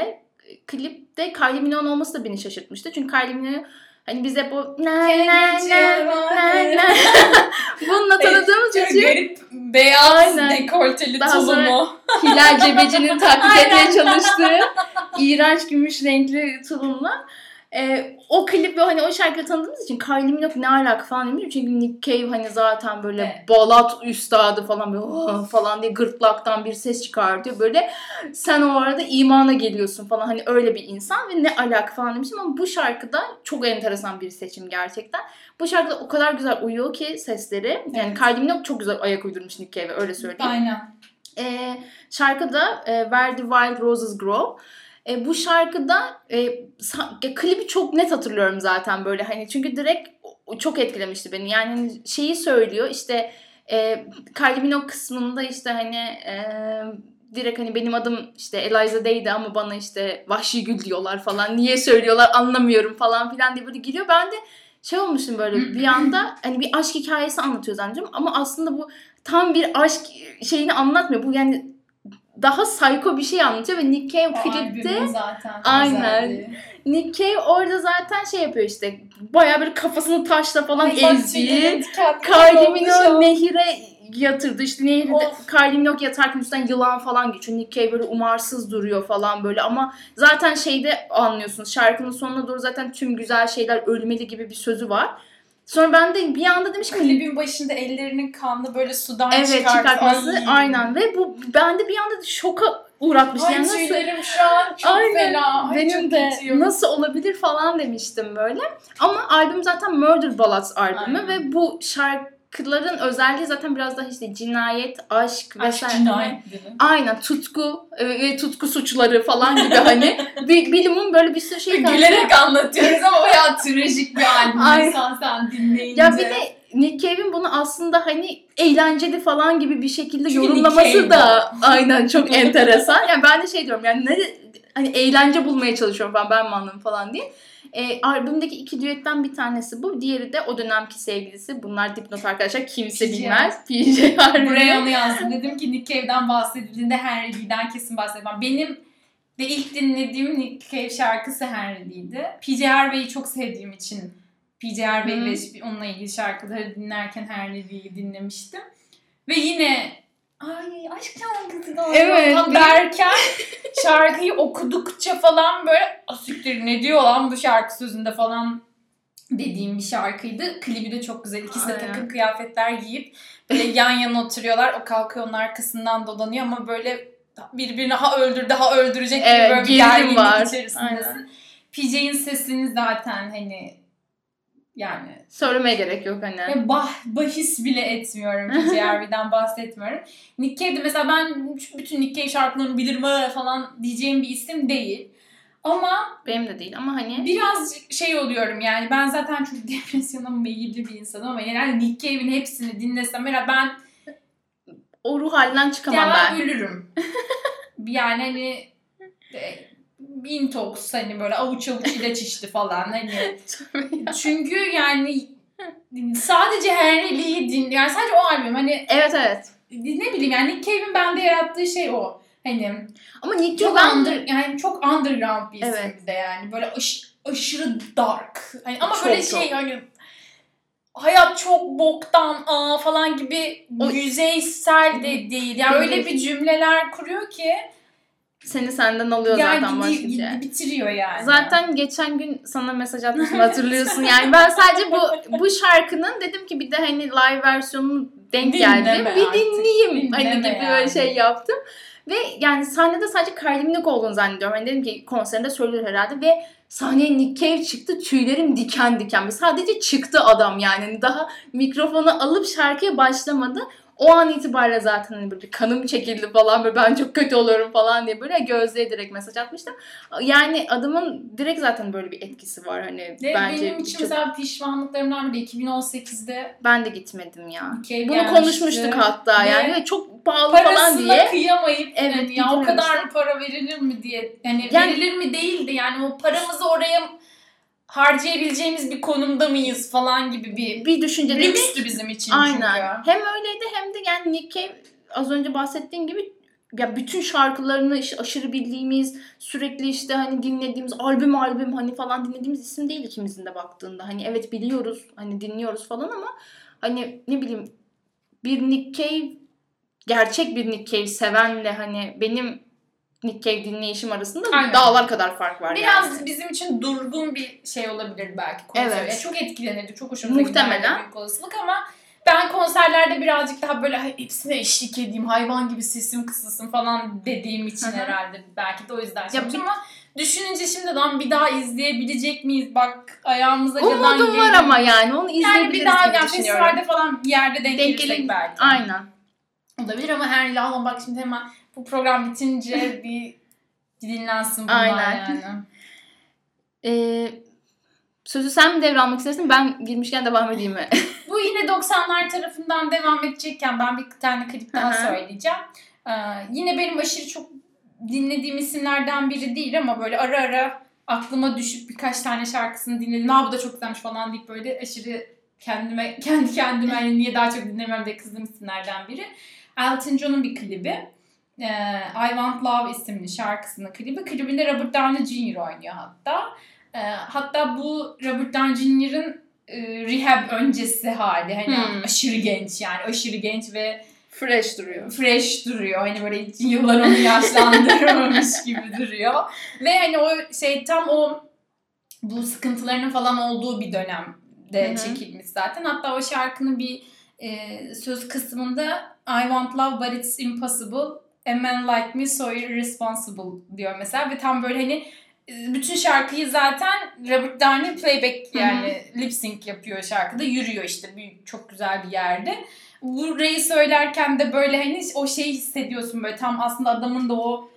klipte Kylie Minogue olması da beni şaşırtmıştı. Çünkü Kylie Minogue hani biz hep o na na na na na bununla tanıdığımız için garip beyaz aynen. dekolteli Daha tulumu. Hilal Cebeci'nin taklit etmeye çalıştığı iğrenç gümüş renkli tulumla. Ee, o klip ve hani o şarkıyı tanıdığımız için Kylie Minogue ne alaka falan demiştim. Çünkü Nick Cave hani zaten böyle evet. balat üstadı falan böyle oh, falan diye gırtlaktan bir ses çıkartıyor. Böyle sen o arada imana geliyorsun falan hani öyle bir insan ve ne alaka falan demiştim ama bu şarkıda çok enteresan bir seçim gerçekten. Bu şarkıda o kadar güzel uyuyor ki sesleri. Yani evet. Kylie Minogue çok güzel ayak uydurmuş Nick Cave'e öyle söyleyeyim. Aynen. Ee, şarkıda e, Where the Wild Roses Grow. E, bu şarkıda e, sa- klibi çok net hatırlıyorum zaten böyle hani çünkü direkt çok etkilemişti beni. Yani şeyi söylüyor işte e, Kylie Minogue kısmında işte hani e, direkt hani benim adım işte Eliza Day'di ama bana işte Vahşi Gül diyorlar falan. Niye söylüyorlar anlamıyorum falan filan diye böyle giriyor. Ben de şey olmuştum böyle bir anda hani bir aşk hikayesi anlatıyor zannediyorum ama aslında bu tam bir aşk şeyini anlatmıyor. Bu yani daha psycho bir şey anlatıyor ve Nick Cave o klipte zaten aynen güzeldi. Nick Cave orada zaten şey yapıyor işte bayağı bir kafasını taşla falan ezdiği Kylie Minogue nehire yatırdı işte nehirde Kylie Minogue yatarken üstten yılan falan geçiyor. Nick Cave böyle umarsız duruyor falan böyle ama zaten şeyde anlıyorsunuz şarkının sonuna doğru zaten tüm güzel şeyler ölmeli gibi bir sözü var. Sonra ben de bir anda demiş ki klibin başında ellerinin kanlı böyle sudan evet, çıkartması Ay. aynen ve bu bende bir anda şoka uğratmış. Ay yani tüylerim nasıl... şu an çok aynen. fena. Ay, benim çok de kötüyüm. Nasıl olabilir falan demiştim böyle. Ama albüm zaten Murder Ballads albümü aynen. ve bu şarkıların özelliği zaten biraz daha işte cinayet, aşk vesaire. Aşk cinayet aynen tutku ve tutku suçları falan gibi hani bir bilimin böyle bir sürü şey. Gülerek anlatıyoruz ama bayağı trajik bir albüm. İnsan sen dinleyince. Ya bir de Nick Cave'in bunu aslında hani eğlenceli falan gibi bir şekilde çünkü yorumlaması da aynen çok enteresan. Yani ben de şey diyorum yani ne hani eğlence bulmaya çalışıyorum falan ben mi anladım falan diye. E, albümdeki iki düetten bir tanesi bu. Diğeri de o dönemki sevgilisi. Bunlar dipnot arkadaşlar. Kimse P J. bilmez. P J Harvey. Buraya onu yazdım. Dedim ki Nick Cave'den bahsedildiğinde Henry'den kesin bahsedeceğim. Benim de ilk dinlediğim Nick Cave şarkısı Henry'ydi. P J Harvey'i çok sevdiğim için P J Harvey ve onunla ilgili şarkıları dinlerken Henry'yi dinlemiştim. Ve yine ay aşk şarkısı da evet, tam derken şarkıyı okudukça falan böyle asiktir ne diyor lan bu şarkı sözünde falan dediğim bir şarkıydı. Klibi de çok güzel. İkisi de takım kıyafetler giyip böyle yan yana oturuyorlar. O kalkıyor onun arkasından dolanıyor ama böyle birbirini daha öldür daha öldürecek gibi evet, böyle bir gerginlik var. içerisindesin. P J'in sesini zaten hani yani söylemeye gerek yok hani. Bah, bahis bile etmiyorum. P J Harvey'den bahsetmiyorum. Nick Cave'de mesela ben bütün Nick Cave şarkılarını bilirim falan diyeceğim bir isim değil. Ama benim de değil ama hani biraz şey oluyorum yani ben zaten çok depresyona meyilli bir insanım ama yani Nick Cave'in hepsini dinlesem mesela ben o ruh halinden çıkamam ya ben. ben ölürüm. Yani hani intox hani böyle avuç avuç ilaç içti falan hani. Çünkü yani sadece Henry'yi din yani sadece o albüm hani evet evet. Ne bileyim yani Nick Cave'in bende yarattığı şey o. Hani ama Nick çok Cave under, yani çok underground bir isim evet. de yani böyle aş, aşırı dark. Hani ama çok, böyle şey çok. Hani hayat çok boktan aa falan gibi o yüzeysel de değil. Yani öyle bir cümleler kuruyor ki seni senden alıyor yani zaten başka bir şey. Bitiriyor yani. Zaten geçen gün sana mesaj atmıştım hatırlıyorsun yani. Ben sadece bu bu şarkının dedim ki bir de hani live versiyonunu denk geldi. Bir dinleyeyim Dinleme hani gibi yani. Böyle şey yaptım. Ve yani sahnede sadece Kylie Minogue olduğunu zannediyorum. Yani dedim ki konserinde söylüyor herhalde ve sahneye Nick Cave çıktı. Tüylerim diken diken. Sadece çıktı adam yani. Daha mikrofonu alıp şarkıya başlamadı. O an itibariyle zaten hani böyle kanım çekildi falan böyle ben çok kötü oluyorum falan diye böyle Gözde'ye direkt mesaj atmıştım. Yani adamın direkt zaten böyle bir etkisi var hani Ve bence. Benim için çok... mesela pişmanlıklarımdan biri iki bin on sekizde ben de gitmedim ya. Okay, bunu gelmişti. Konuşmuştuk hatta yani ve çok pahalı falan diye. Parasına kıyamayıp evet, ya o kadar para verilir mi diye. Yani, yani verilir mi değildi yani o paramızı oraya harcayabileceğimiz bir konumda mıyız falan gibi bir bir düşünce lükstü bizim için aynen. çünkü. Hem öyleydi hem de yani Nick Cave az önce bahsettiğim gibi ya bütün şarkılarını işte aşırı bildiğimiz, sürekli işte hani dinlediğimiz, albüm albüm hani falan dinlediğimiz isim değil ikimizin de baktığında. Hani evet biliyoruz, hani dinliyoruz falan ama hani ne bileyim bir Nick Cave, gerçek bir Nick Cave sevenle hani benim Nick Cave dinleyişim arasında Aynen. dağlar kadar fark var. Biraz yani. bizim için durgun bir şey olabilir belki konser. Evet. Yani çok etkilenirdik, çok hoşumuza Muhtemelen. büyük olasılık ama ben konserlerde birazcık daha böyle hepsine eşlik edeyim, hayvan gibi sesim kısılsın falan dediğim için Hı-hı. herhalde belki de o yüzden şey bir... ama düşününce şimdiden bir daha izleyebilecek miyiz? Bak ayağımıza kadar geliyor. Umudum var ama yani onu izleyebiliriz yani bir daha, gibi yani düşünüyorum. Festivalde falan bir yerde denk, denk gelirsek belki. Aynen. Olabilir ama her yıl ama bak şimdi hemen bu program bitince bir dinlensin bunlar Aynen. yani. Ee, sözü sen mi devralmak istersin? Ben girmişken devam edeyim mi? Bu yine doksanlar tarafından devam edecekken ben bir tane klip daha Hı-hı. söyleyeceğim. Ee, yine benim aşırı çok dinlediğim isimlerden biri değil ama böyle ara ara aklıma düşüp birkaç tane şarkısını dinledim. Ha bu da çok güzelmiş falan deyip böyle aşırı kendime kendi kendime yani niye daha çok dinlemem diye kızdığım isimlerden biri. Elton John'un bir klibi. I Want Love isimli şarkısının klibi. Klibinde Robert Downey Junior oynuyor hatta. Hatta bu Robert Downey Junior'ın rehab öncesi hali. Hani hmm. aşırı genç yani aşırı genç ve fresh duruyor. Fresh duruyor. Hani böyle yıllar onu yaşlandırmamış gibi duruyor. Ve hani o şey tam o bu sıkıntılarının falan olduğu bir dönemde Hı-hı. çekilmiş zaten. Hatta o şarkının bir e, söz kısmında I want love but it's impossible. A man like me so irresponsible diyor mesela. Ve tam böyle hani bütün şarkıyı zaten Robert Downey playback yani Hı-hı. lip sync yapıyor şarkıda. Yürüyor işte büyük, çok güzel bir yerde. Burayı söylerken de böyle hani o şeyi hissediyorsun böyle tam aslında adamın da o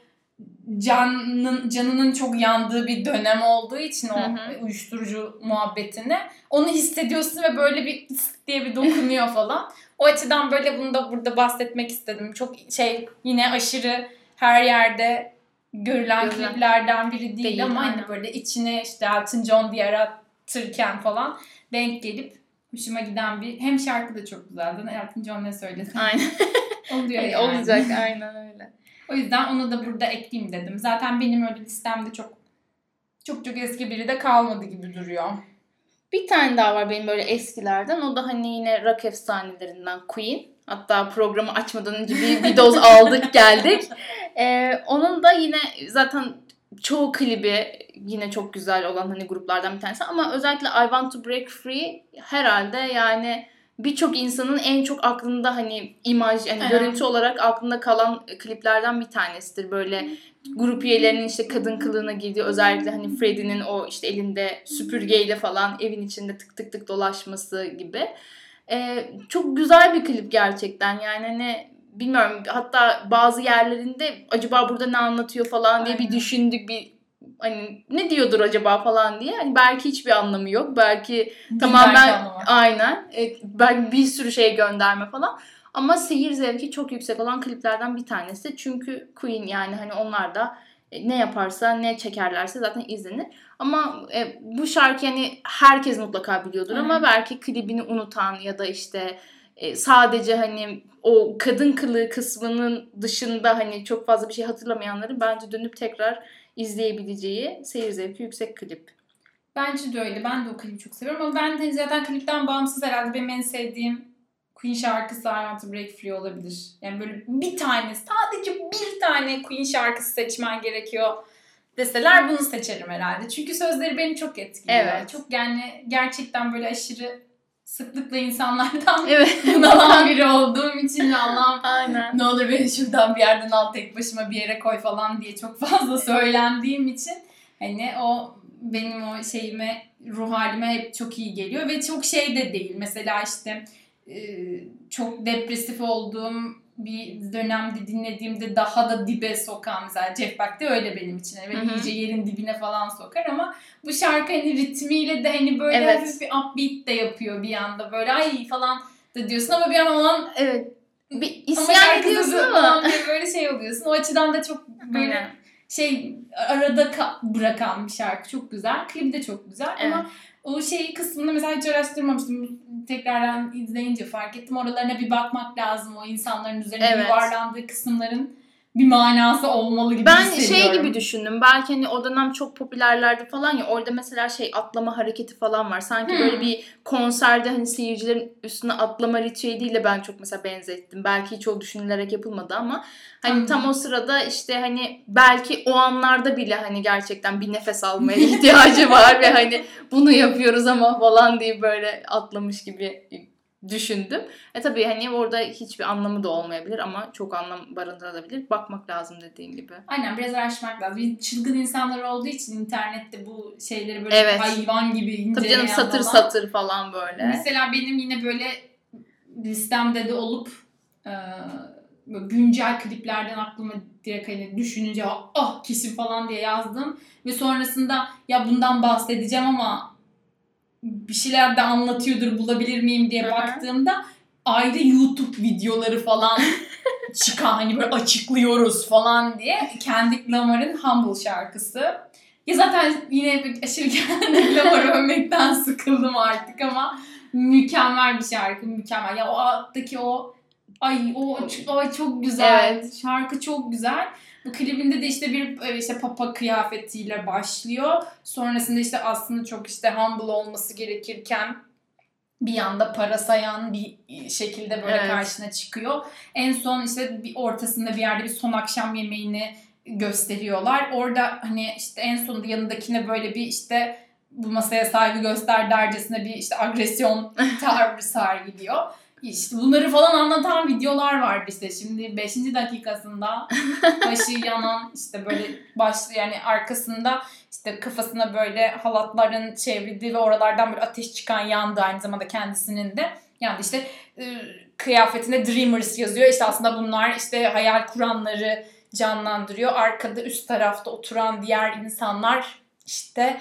canının canının çok yandığı bir dönem olduğu için o Hı-hı. uyuşturucu muhabbetini onu hissediyorsun ve böyle bir diye bir dokunuyor falan. O açıdan böyle bunu da burada bahsetmek istedim. Çok şey yine aşırı her yerde görülen Görülen. kliplerden biri değil, değil ama aynen. hani böyle içine işte Elton John diye aratırken falan denk gelip hoşuma giden bir hem şarkı da çok güzeldi. Elton John ne söyledi? Aynen. Oluyor yani. Olacak aynen öyle. O yüzden onu da burada ekleyeyim dedim. Zaten benim öyle listemde çok çok çok eski biri de kalmadı gibi duruyor. Bir tane daha var benim böyle eskilerden. O da hani yine rock efsanelerinden Queen. Hatta programı açmadan önce bir, bir doz aldık geldik. Ee, onun da yine zaten çoğu klibi yine çok güzel olan hani gruplardan bir tanesi. Ama özellikle I Want to Break Free herhalde yani birçok insanın en çok aklında hani imaj yani evet. görüntü olarak aklında kalan kliplerden bir tanesidir. Böyle grup üyelerinin işte kadın kılığına girdiği özellikle hani Freddie'nin o işte elinde süpürgeyle falan evin içinde tık tık tık dolaşması gibi. Ee, çok güzel bir klip gerçekten yani hani bilmiyorum hatta bazı yerlerinde acaba burada ne anlatıyor falan diye Aynen. bir düşündük bir hani ne diyordur acaba falan diye. Hani belki hiçbir anlamı yok. Belki bir tamamen aynen. E, belki bir sürü şey gönderme falan. Ama seyir zevki çok yüksek olan kliplerden bir tanesi. Çünkü Queen yani hani onlar da e, ne yaparsa ne çekerlerse zaten izlenir. Ama e, bu şarkı yani herkes mutlaka biliyordur Aynen. ama belki klibini unutan ya da işte e, sadece hani o kadın kılığı kısmının dışında hani çok fazla bir şey hatırlamayanların bence dönüp tekrar izleyebileceği seyir zevki yüksek klip. Bence de öyle. Ben de o klibi çok seviyorum ama ben de zaten klipten bağımsız herhalde benim en sevdiğim Queen şarkısı I Want to Break Free olabilir. Yani böyle bir tane, sadece bir tane Queen şarkısı seçmen gerekiyor deseler bunu seçerim herhalde. Çünkü sözleri beni çok etkiliyor. Evet. Çok yani gerçekten böyle aşırı sıklıkla insanlardan evet. bunalan biri olduğum için Allah'ım Aynen. ne olur beni şuradan bir yerden al tek başıma bir yere koy falan diye çok fazla söylendiğim için hani o benim o şeyime ruh halime hep çok iyi geliyor ve çok şey de değil. Mesela işte çok depresif olduğum bir dönemde dinlediğimde daha da dibe sokan mesela Jeff Beck de öyle benim için. Yani böyle iyice yerin dibine falan sokar ama bu şarkı hani ritmiyle de hani böyle evet. hafif bir upbeat de yapıyor bir anda böyle ay falan da diyorsun ama bir an olan evet. Bir isyan ediyorsun ama böyle şey oluyorsun. O açıdan da çok böyle Aynen. şey arada ka- bırakan bir şarkı. Çok güzel. Klibi de çok güzel evet. ama o şey kısmını mesela hiç araştırmamıştım. Tekrardan izleyince fark ettim. Oralarına bir bakmak lazım. O insanların üzerine evet. yuvarlandığı kısımların bir manası olmalı gibi ben hissediyorum. şey gibi düşündüm. Belki hani o dönem çok popülerlerdi falan ya. Orada mesela şey atlama hareketi falan var. Sanki hmm. böyle bir konserde hani seyircilerin üstüne atlama ritüeliyle ben çok mesela benzettim. Belki hiç o düşünülerek yapılmadı ama hani hmm. tam o sırada işte hani belki o anlarda bile hani gerçekten bir nefes almaya ihtiyacı var ve hani bunu yapıyoruz ama falan diye böyle atlamış gibi düşündüm. E tabii hani orada hiçbir anlamı da olmayabilir ama çok anlam barındırabilir. Bakmak lazım dediğin gibi. Aynen, biraz araştırmak lazım. Bir çılgın insanlar olduğu için internette bu şeyleri böyle evet. hayvan gibi inceleyen tabii canım satır falan. satır falan böyle. Mesela benim yine böyle listemde de olup e, böyle güncel kliplerden aklıma direkt hani düşününce ah kesin falan diye yazdım. Ve sonrasında ya bundan bahsedeceğim ama bir şeyler de anlatıyordur, bulabilir miyim diye baktığımda ayrı YouTube videoları falan çıkan, hani böyle açıklıyoruz falan diye. Kendrick Lamar'ın Humble şarkısı. Ya zaten yine bir aşırı Kendrick Lamar'ı övmekten sıkıldım artık ama mükemmel bir şarkı, mükemmel. Ya o alttaki o ay o ay çok güzel. Evet. Şarkı çok güzel. Bu klibinde de işte bir işte papa kıyafetiyle başlıyor. Sonrasında işte aslında çok işte humble olması gerekirken bir yanda para sayan bir şekilde böyle evet. karşına çıkıyor. En son işte bir ortasında bir yerde bir son akşam yemeğini gösteriyorlar. Orada hani işte en sonunda yanındakine böyle bir işte bu masaya saygı göster dercesine bir işte agresyon tavrı sergiliyor. İşte bunları falan anlatan videolar vardı işte. Şimdi beşinci dakikasında başı yanan işte böyle baş yani arkasında işte kafasına böyle halatların çevrildiği ve oralardan bir ateş çıkan yandı, aynı zamanda kendisinin de yandı. İşte e, kıyafetinde Dreamers yazıyor. İşte aslında bunlar işte hayal kuranları canlandırıyor. Arkada üst tarafta oturan diğer insanlar işte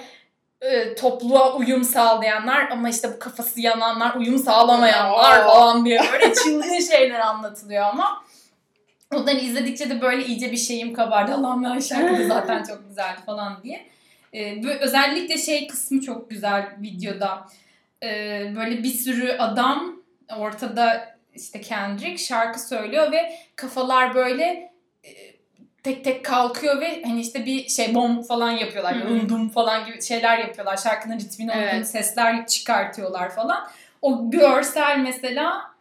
e, topluluğa uyum sağlayanlar ama işte bu kafası yananlar, uyum sağlamayanlar falan diye böyle çılgın şeyler anlatılıyor ama onları izledikçe de böyle iyice bir şeyim kabardı. Allah'ım ya şarkı da zaten çok güzeldi falan diye. Ee, özellikle şey kısmı çok güzel videoda. Ee, böyle bir sürü adam ortada, işte Kendrick şarkı söylüyor ve kafalar böyle e, tek tek kalkıyor ve hani işte bir şey bom falan yapıyorlar. Rum dum falan gibi şeyler yapıyorlar. Şarkının ritmine uygun evet. sesler çıkartıyorlar falan. O görsel mesela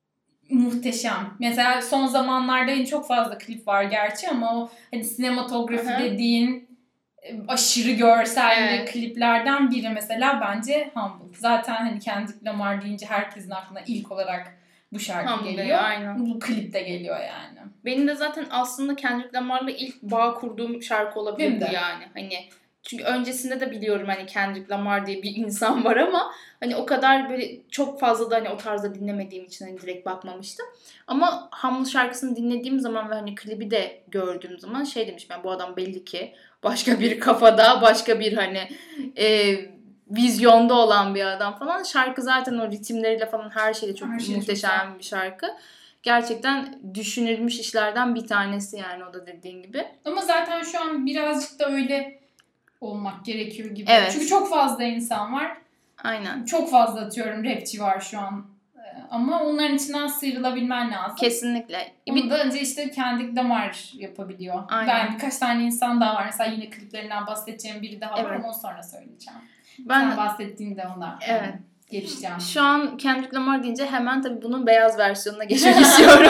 muhteşem. Mesela son zamanlarda en çok fazla klip var gerçi ama o hani sinematografi Hı-hı. dediğin aşırı görselli evet. kliplerden biri mesela bence Humble. Zaten hani Kendrick Lamar deyince herkesin aklına ilk olarak bu şarkı Humble geliyor. Aynen. Bu klip de geliyor yani. Benim de zaten aslında Kendrick Lamar'la ilk bağ kurduğum şarkı olabilir bu yani. Hani çünkü öncesinde de biliyorum hani Kendrick Lamar diye bir insan var ama hani o kadar böyle çok fazla da hani o tarzda dinlemediğim için hani direkt bakmamıştım. Ama Humble şarkısını dinlediğim zaman ve hani klibi de gördüğüm zaman şey demişim, ben bu adam belli ki başka bir kafada, başka bir hani e, vizyonda olan bir adam falan. Şarkı zaten o ritimleriyle falan her şeyle çok her şey muhteşem çok bir şarkı. Gerçekten düşünülmüş işlerden bir tanesi yani, o da dediğin gibi. Ama zaten şu an birazcık da öyle olmak gerekiyor gibi. Evet. Çünkü çok fazla insan var. Aynen. Çok fazla atıyorum rapçi var şu an. Ama onların içinden sıyrılabilmen lazım. Kesinlikle. Onu da önce işte Kendrick Lamar yapabiliyor. Aynen. Ben birkaç tane insan daha var. Mesela yine kliplerinden bahsedeceğim biri daha evet. var ama onu sonra söyleyeceğim. Ben... Sen bahsettiğinde ona evet. geçeceğim. Şu an Kendrick Lamar deyince hemen tabii bunun beyaz versiyonuna geçmek istiyorum.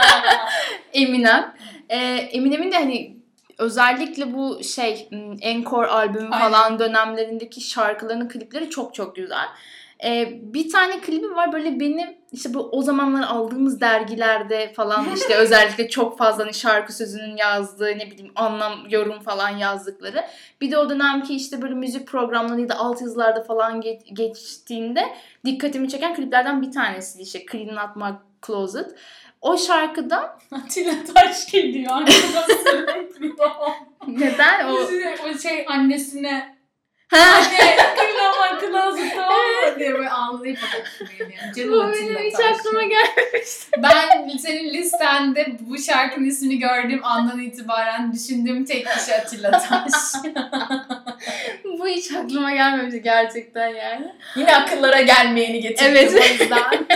Eminem. Ee, Eminem'in de hani özellikle bu şey Encore albümü Aynen. falan dönemlerindeki şarkılarının klipleri çok çok güzel. Ee, bir tane klibi var böyle benim işte bu o zamanlar aldığımız dergilerde falan işte özellikle çok fazla hani şarkı sözünün yazdığı, ne bileyim anlam yorum falan yazdıkları. Bir de o dönemki işte böyle müzik programları ya da altyazılarda falan geç, geçtiğinde dikkatimi çeken kliplerden bir tanesi işte Clean Out My Closet. O şarkıda Atilla Taş geliyor. Arkada sürekli. Neden? O, o şey annesine Anne kırlaman kılavuzu tamam mı diye böyle ağlayıp bakıyorum yani. Canım Bu Atilla benim hiç Taş. aklıma gelmemişti. Ben senin listende bu şarkının ismini gördüğüm andan itibaren düşündüğüm tek kişi Atilla Taş. Bu hiç aklıma gelmemişti gerçekten yani. Yine akıllara gelmeyeni getirdim Evet. o yüzden.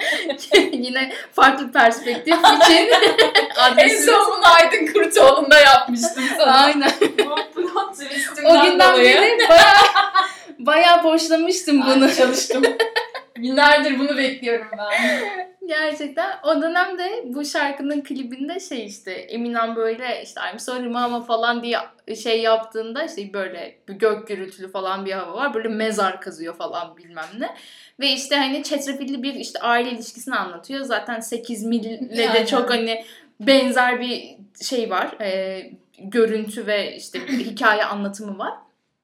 Yine farklı perspektif için En adresimiz. son bunu Aydın Kurtoğlu'nda yapmıştım sana. Aynen. Plot twist'imden O günden dolayı. beri bayağı, bayağı boşlamıştım bunu. Ay, çalıştım. Günlerdir bunu bekliyorum ben. Gerçekten o dönemde bu şarkının klibinde şey işte Eminem böyle işte I'm sorry mama falan diye şey yaptığında işte böyle bir gök gürültülü falan bir hava var. Böyle mezar kazıyor falan bilmem ne. Ve işte hani çetrefilli bir işte aile ilişkisini anlatıyor. Zaten sekiz mille de Aynen. çok hani benzer bir şey var. E, görüntü ve işte bir hikaye anlatımı var.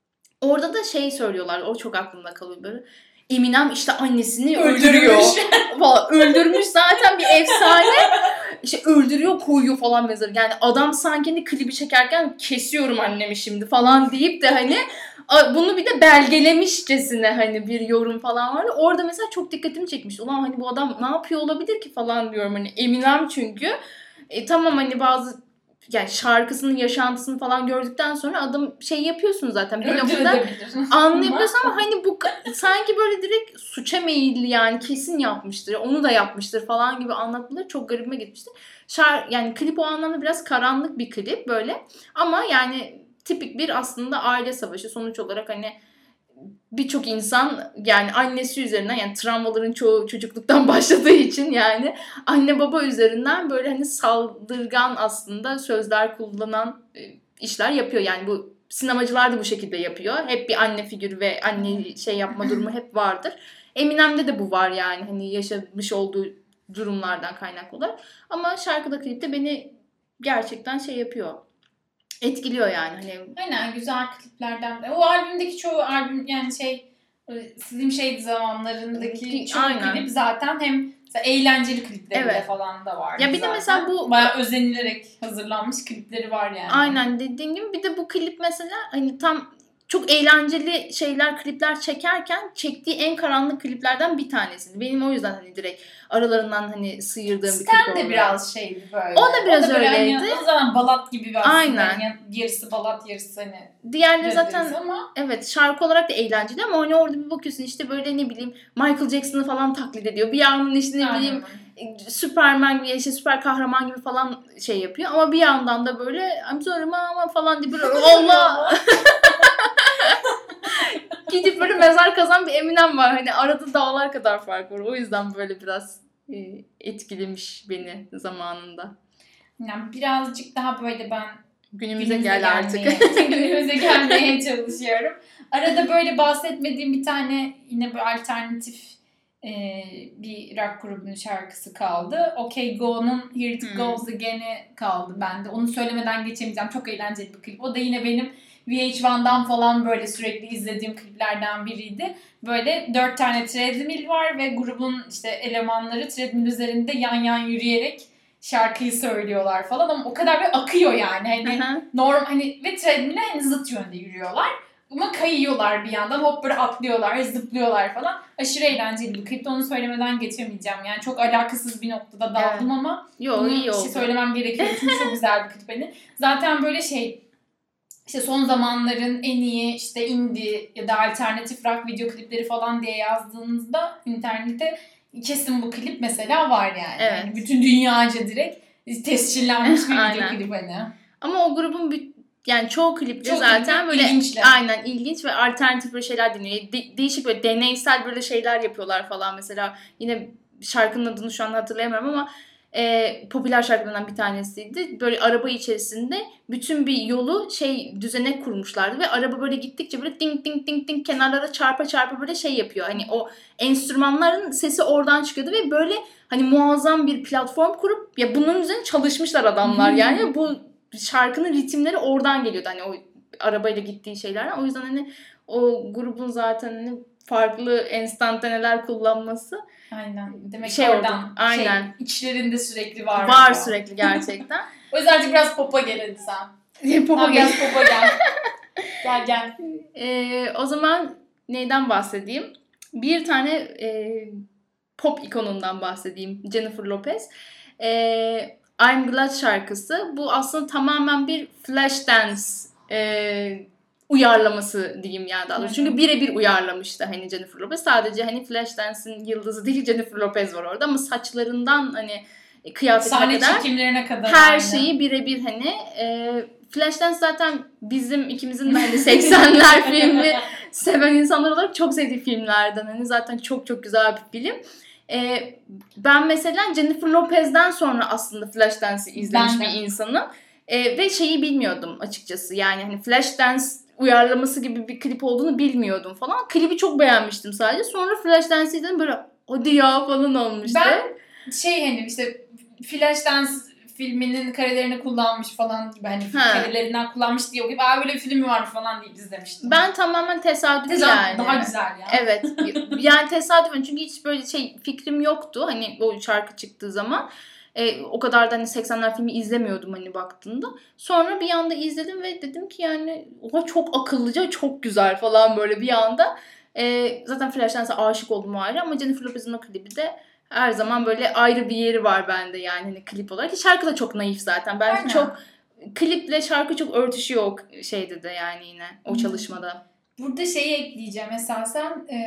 Orada da şey söylüyorlar. O çok aklımda kalıyor böyle. Eminem işte annesini öldürüyor. Falan. Öldürmüş zaten bir efsane. İşte öldürüyor koyuyor falan mezarı. Yani adam sanki hani klibi çekerken kesiyorum annemi şimdi falan deyip de hani bunu bir de belgelemişcesine hani bir yorum falan vardı. Orada mesela çok dikkatimi çekmişti. Ulan hani bu adam ne yapıyor olabilir ki falan diyorum. Hani Eminem çünkü. E, tamam hani bazı yani şarkısının yaşantısını falan gördükten sonra adam şey yapıyorsun zaten. Bir noktada anlayabiliyorsun ama hani bu sanki böyle direkt suça meyilli yani kesin yapmıştır. Onu da yapmıştır falan gibi anlatmaları çok garibime gitmişti. Şar, yani klip o anlamda biraz karanlık bir klip böyle. Ama yani tipik bir aslında aile savaşı. Sonuç olarak hani birçok insan yani annesi üzerinden yani travmaların çoğu çocukluktan başladığı için yani anne baba üzerinden böyle hani saldırgan aslında sözler kullanan işler yapıyor. Yani bu sinemacılar da bu şekilde yapıyor. Hep bir anne figürü ve anne şey yapma durumu hep vardır. Eminem'de de bu var yani hani yaşamış olduğu durumlardan kaynaklı olarak. Ama şarkıda klipte beni gerçekten şey yapıyor. Etkiliyor yani hani. Aynen güzel kliplerden. O albümdeki çoğu albüm yani şey Slim Shady zamanlarındaki çoğu Aynen. klip zaten hem eğlenceli klipleri Evet. de falan da var. Ya bir zaten. de mesela bu bayağı özenilerek hazırlanmış klipleri var yani. Aynen dediğin gibi bir de bu klip mesela hani tam çok eğlenceli şeyler, klipler çekerken çektiği en karanlık kliplerden bir tanesiydi. Benim o yüzden hani direkt aralarından hani sıyırdığım bir klip oldu. Stan de biraz şeydi böyle. O da biraz o da böyle öyleydi. Hani, o zaman balat gibi bir aslında. Aynen. Yani yarısı balat yarısı hani. Diğerleri zaten ama. Evet şarkı olarak da eğlenceli ama hani orada bir bakıyorsun işte böyle ne bileyim Michael Jackson'ı falan taklit ediyor. Bir yandan işte ne bileyim Aynen. Superman gibi işte süper kahraman gibi falan şey yapıyor. Ama bir yandan da böyle I'm sorry mama falan diye böyle Allah gidip böyle mezar kazan bir Eminem var. Hani arada dağlar kadar fark var. O yüzden böyle biraz e, etkilemiş beni zamanında. Yani birazcık daha böyle ben günümüze, günümüze gel gelmeye, artık. günümüze gelmeye çalışıyorum. Arada böyle bahsetmediğim bir tane yine böyle alternatif e, bir rock grubunun şarkısı kaldı. OK Go'nun Here It Goes Again'i kaldı bende. Onu söylemeden geçemeyeceğim. Çok eğlenceli bir klip. O da yine benim V H bir'dan falan böyle sürekli izlediğim kliplerden biriydi. Böyle dört tane treadmill var ve grubun işte elemanları treadmill üzerinde yan yan yürüyerek şarkıyı söylüyorlar falan ama o kadar bir akıyor yani. Hani norm hani ve treadmill'e hani zıt yönde yürüyorlar. Ama kayıyorlar bir yandan. Hop böyle atlıyorlar, zıplıyorlar falan. Aşırı eğlenceli bir klipte onu söylemeden geçemeyeceğim. Yani çok alakasız bir noktada daldım evet. ama Yo, bunu iyi işte oldu. söylemem gerekiyor. Çünkü çok güzel bir klip hani. Zaten böyle şey işte son zamanların en iyi işte indie ya da alternatif rock video klipleri falan diye yazdığınızda internette kesin bu klip mesela var yani. Evet. Yani bütün dünyaca direkt tescillenmiş bir video klip hani. Ama o grubun bir, yani çoğu klipte Çok zaten böyle ilginçler. Aynen ilginç ve alternatif böyle şeyler deniyor. De- değişik böyle deneysel böyle şeyler yapıyorlar falan mesela. Yine şarkının adını şu an hatırlayamıyorum ama e, popüler şarkılarından bir tanesiydi. Böyle araba içerisinde bütün bir yolu şey düzenek kurmuşlardı ve araba böyle gittikçe böyle ding ding ding ding kenarlara çarpa çarpa böyle şey yapıyor. Hani o enstrümanların sesi oradan çıkıyordu ve böyle hani muazzam bir platform kurup ya bunun üzerine çalışmışlar adamlar yani bu şarkının ritimleri oradan geliyordu hani o arabayla gittiği şeylerden. O yüzden hani o grubun zaten hani farklı enstantaneler kullanması. Aynen. Demek şey oradan oldu. Aynen. Şey, içlerinde sürekli var. Var ya. sürekli gerçekten. O yüzden biraz popa gel hadi sen. Popa gel. Biraz popa gel. Gel gel. Ee, o zaman neyden bahsedeyim? Bir tane e, pop ikonundan bahsedeyim. Jennifer Lopez. Ee, I'm Glad şarkısı. Bu aslında tamamen bir Flashdance e, uyarlaması diyeyim yani daha doğrusu. Çünkü birebir uyarlamıştı hani Jennifer Lopez. Sadece hani Flashdance'in yıldızı değil Jennifer Lopez var orada ama saçlarından hani kıyafetine Sahne kadar çekimlerine kadar her aynı. şeyi birebir hani e, Flashdance zaten bizim ikimizin de hani seksenler filmi seven insanlar olarak çok sevdiği filmlerden. Hani zaten çok çok güzel bir film. Ee, ben mesela Jennifer Lopez'den sonra aslında Flashdance izlemiş Ben de. bir insanım. Ee, ve şeyi bilmiyordum açıkçası. Yani hani Flashdance uyarlaması gibi bir klip olduğunu bilmiyordum falan. Klibi çok beğenmiştim sadece. Sonra Flashdance izledim böyle hadi ya falan olmuştu. Ben şey hani işte Flashdance filminin karelerini kullanmış falan gibi hani Ha. karelerinden kullanmış diye okuyup aa böyle bir film mi varmış falan diye izlemiştim. Ben tamamen tesadüf Tesadüf yani. daha güzel ya. Evet. Yani tesadüfen çünkü hiç böyle şey fikrim yoktu. Hani o şarkı çıktığı zaman. E, o kadar da hani seksenler filmi izlemiyordum hani baktığımda. Sonra bir anda izledim ve dedim ki yani oha çok akıllıca, çok güzel falan böyle bir anda. E, zaten Flashdance'a aşık oldum ayrı ama Jennifer Lopez'in o klibi de her zaman böyle ayrı bir yeri var bende yani hani klip olarak. Şarkı da çok naif zaten. Bence Aynen. çok kliple şarkı çok örtüşüyor o şeyde de yani yine o çalışmada. Burada şeyi ekleyeceğim esasen e,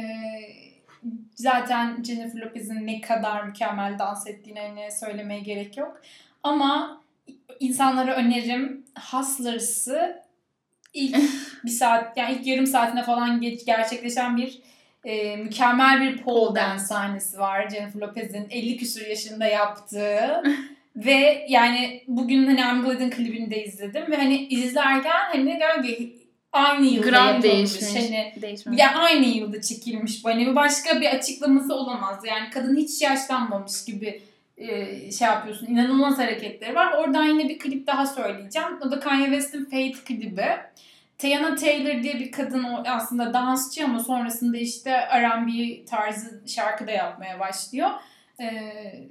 zaten Jennifer Lopez'in ne kadar mükemmel dans ettiğini hani söylemeye gerek yok. Ama insanlara önerim Hustlers'ı ilk bir saat yani ilk yarım saatine falan geç gerçekleşen bir e, mükemmel bir pole, Pole dance dance. sahnesi var. Jennifer Lopez'in elli küsur yaşında yaptığı. Ve yani bugün hani I'm Glad'ın klibini de izledim ve hani izlerken hani galiba aynı yılda Gram yapılmış. değişmiş. Hani Değişmiş. yani aynı yılda çekilmiş bu. Hani başka bir açıklaması olamaz. Yani kadın hiç yaşlanmamış gibi e, şey yapıyorsun. İnanılmaz hareketleri var. Oradan yine bir klip daha söyleyeceğim. O da Kanye West'in Fate klibi. Teyana Taylor diye bir kadın o aslında dansçı ama sonrasında işte R and B tarzı şarkı da yapmaya başlıyor. Eee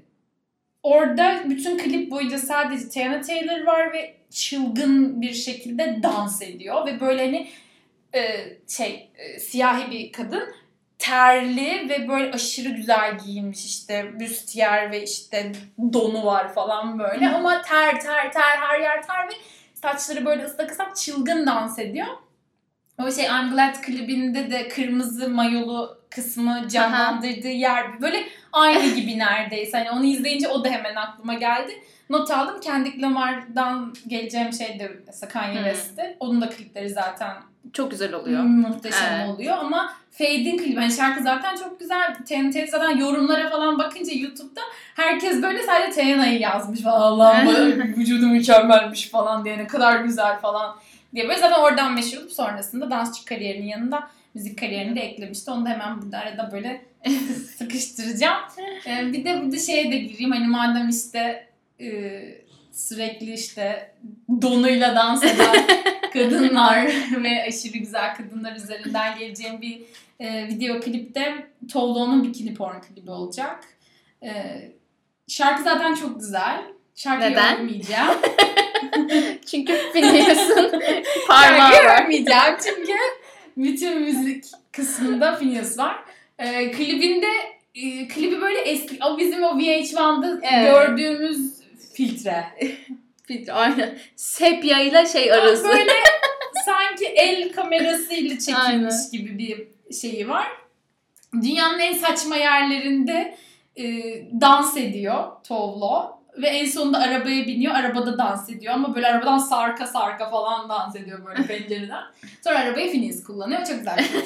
Orada bütün klip boyunca sadece Teyana Taylor var ve çılgın bir şekilde dans ediyor. Ve böyle hani e, şey e, siyahi bir kadın terli ve böyle aşırı güzel giyinmiş işte büstiyer ve işte donu var falan böyle. Ama ter ter ter her yer ter ve saçları böyle ıslak ıslak çılgın dans ediyor. O şey I'm Glad klibinde de kırmızı mayolu kısmı canlandırdığı yer böyle aynı gibi neredeyse. Hani onu izleyince o da hemen aklıma geldi. Not aldım. Kendrick Lamar'dan geleceğim şey de mesela Kanye Hmm. West'te. Onun da klipleri zaten çok güzel oluyor. Muhteşem Evet. oluyor ama Fade'in klibi. Yani şarkı zaten çok güzel. T N T zaten yorumlara falan bakınca YouTube'da herkes böyle sadece Teyana'yı yazmış falan. Allah'ım vücudu mükemmelmiş falan diye ne kadar güzel falan diye. Böyle zaten oradan meşhur olup sonrasında dansçı kariyerinin yanında müzik kariyerini de eklemişti. Onu da hemen burada arada böyle sıkıştıracağım. Ee, bir de burada şeye de gireyim. Hani madem işte e, sürekli işte donuyla dans eden kadınlar ve aşırı güzel kadınlar üzerinden geleceğim bir e, video klipte Tollo'nun Bikini Porn klibi olacak. E, şarkı zaten çok güzel. Şarkıyı Neden? övmeyeceğim. Çünkü Phineas'ın parmağı Şarkıyı var. övmeyeceğim çünkü bütün müzik kısmında Phineas var. E, klibinde e, klibi böyle eski, o bizim o V H bir'da Evet. gördüğümüz filtre. Filtre, aynen. Sepya ile şey arası. Böyle sanki el kamerasıyla çekilmiş Aynen. gibi bir şeyi var. Dünyanın en saçma yerlerinde e, dans ediyor Tollo. Ve en sonunda arabaya biniyor. Arabada dans ediyor. Ama böyle arabadan sarka sarka falan dans ediyor böyle pencereden. Sonra arabayı Phineas kullanıyor. Çok güzel bir şey.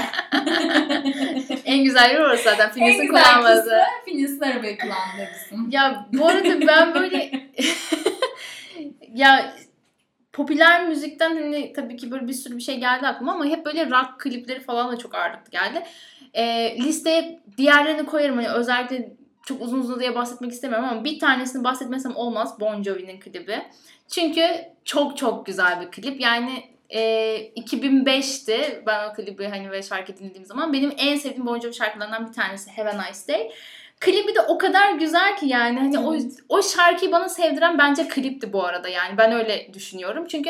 En güzel yer orası zaten. En Phineas'ın güzel kullanmadığı. kısmı Phineas'ın arabayı kullandığı kısım. Ya bu arada ben böyle ya popüler müzikten hani tabii ki böyle bir sürü bir şey geldi aklıma ama hep böyle rock klipleri falan da çok ağırlıklı geldi. Ee, listeye diğerlerini koyarım. Hani özellikle çok uzun uzun diye bahsetmek istemiyorum ama bir tanesini bahsetmesem olmaz. Bon Jovi'nin klibi. Çünkü çok çok güzel bir klip. Yani e, iki bin beşti ben o klibi hani ve şarkı dinlediğim zaman. Benim en sevdiğim Bon Jovi şarkılarından bir tanesi Have a Nice Day. Klibi de o kadar güzel ki yani hani o o şarkıyı bana sevdiren bence klipti bu arada yani ben öyle düşünüyorum. Çünkü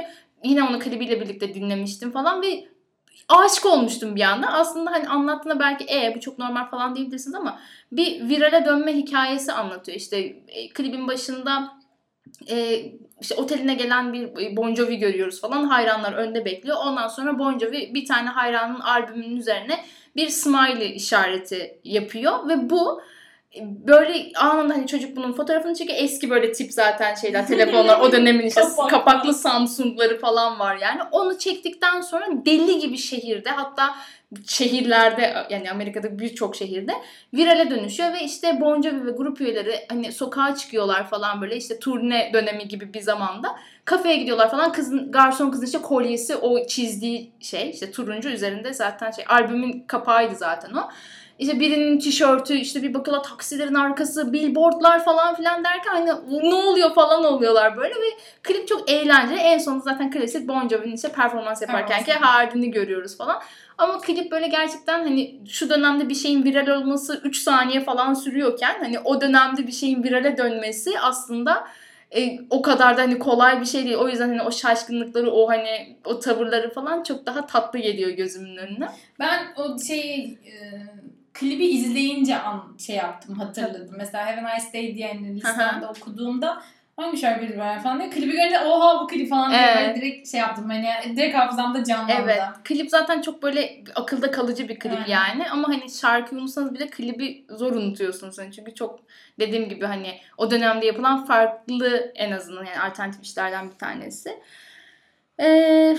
yine onu klibiyle birlikte dinlemiştim falan ve aşık olmuştum bir anda. Aslında hani anlattığında belki e bu çok normal falan diyebilirsiniz ama bir virale dönme hikayesi anlatıyor. İşte e, klibin başında e, işte oteline gelen bir Bon Jovi görüyoruz falan. Hayranlar önde bekliyor. Ondan sonra Bon Jovi bir tane hayranın albümünün üzerine bir smiley işareti yapıyor ve bu böyle anında hani çocuk bunun fotoğrafını çekiyor. Eski böyle tip zaten şeyler, telefonlar, o dönemin işte Kapaklı. kapaklı Samsung'ları falan var yani. Onu çektikten sonra deli gibi şehirde, hatta şehirlerde, yani Amerika'da birçok şehirde virale dönüşüyor ve işte Bon Jovi ve grup üyeleri hani sokağa çıkıyorlar falan, böyle işte turne dönemi gibi bir zamanda. Kafeye gidiyorlar falan, kızın, garson kızın işte kolyesi, o çizdiği şey işte turuncu, üzerinde zaten şey, albümün kapağıydı zaten o. İşte birinin tişörtü, işte bir bakıyorlar taksilerin arkası, billboardlar falan filan derken hani ne oluyor falan oluyorlar böyle ve klip çok eğlenceli. En sonunda zaten klasik Bon Jovi'nin işte performans yaparkenki halini görüyoruz falan. Ama klip böyle gerçekten hani şu dönemde bir şeyin viral olması üç saniye falan sürüyorken hani o dönemde bir şeyin virale dönmesi aslında e, o kadar da hani kolay bir şey değil. O yüzden hani o şaşkınlıkları, o hani o tavırları falan çok daha tatlı geliyor gözümün önüne. Ben o şeyi e, klibi izleyince an, şey yaptım, hatırladım. Mesela Have a Nice Day diye hani listemde okuduğumda hangi şarkı var falan diye klibi görünce oha bu klip falan diye evet. direkt şey yaptım. Hani direkt hafızamda canlandı. Evet. Klip zaten çok böyle akılda kalıcı bir klip evet. yani. Ama hani şarkıyı unutsanız bile klibi zor unutuyorsunuz. Yani çünkü çok dediğim gibi hani o dönemde yapılan farklı, en azından yani alternatif işlerden bir tanesi. Eee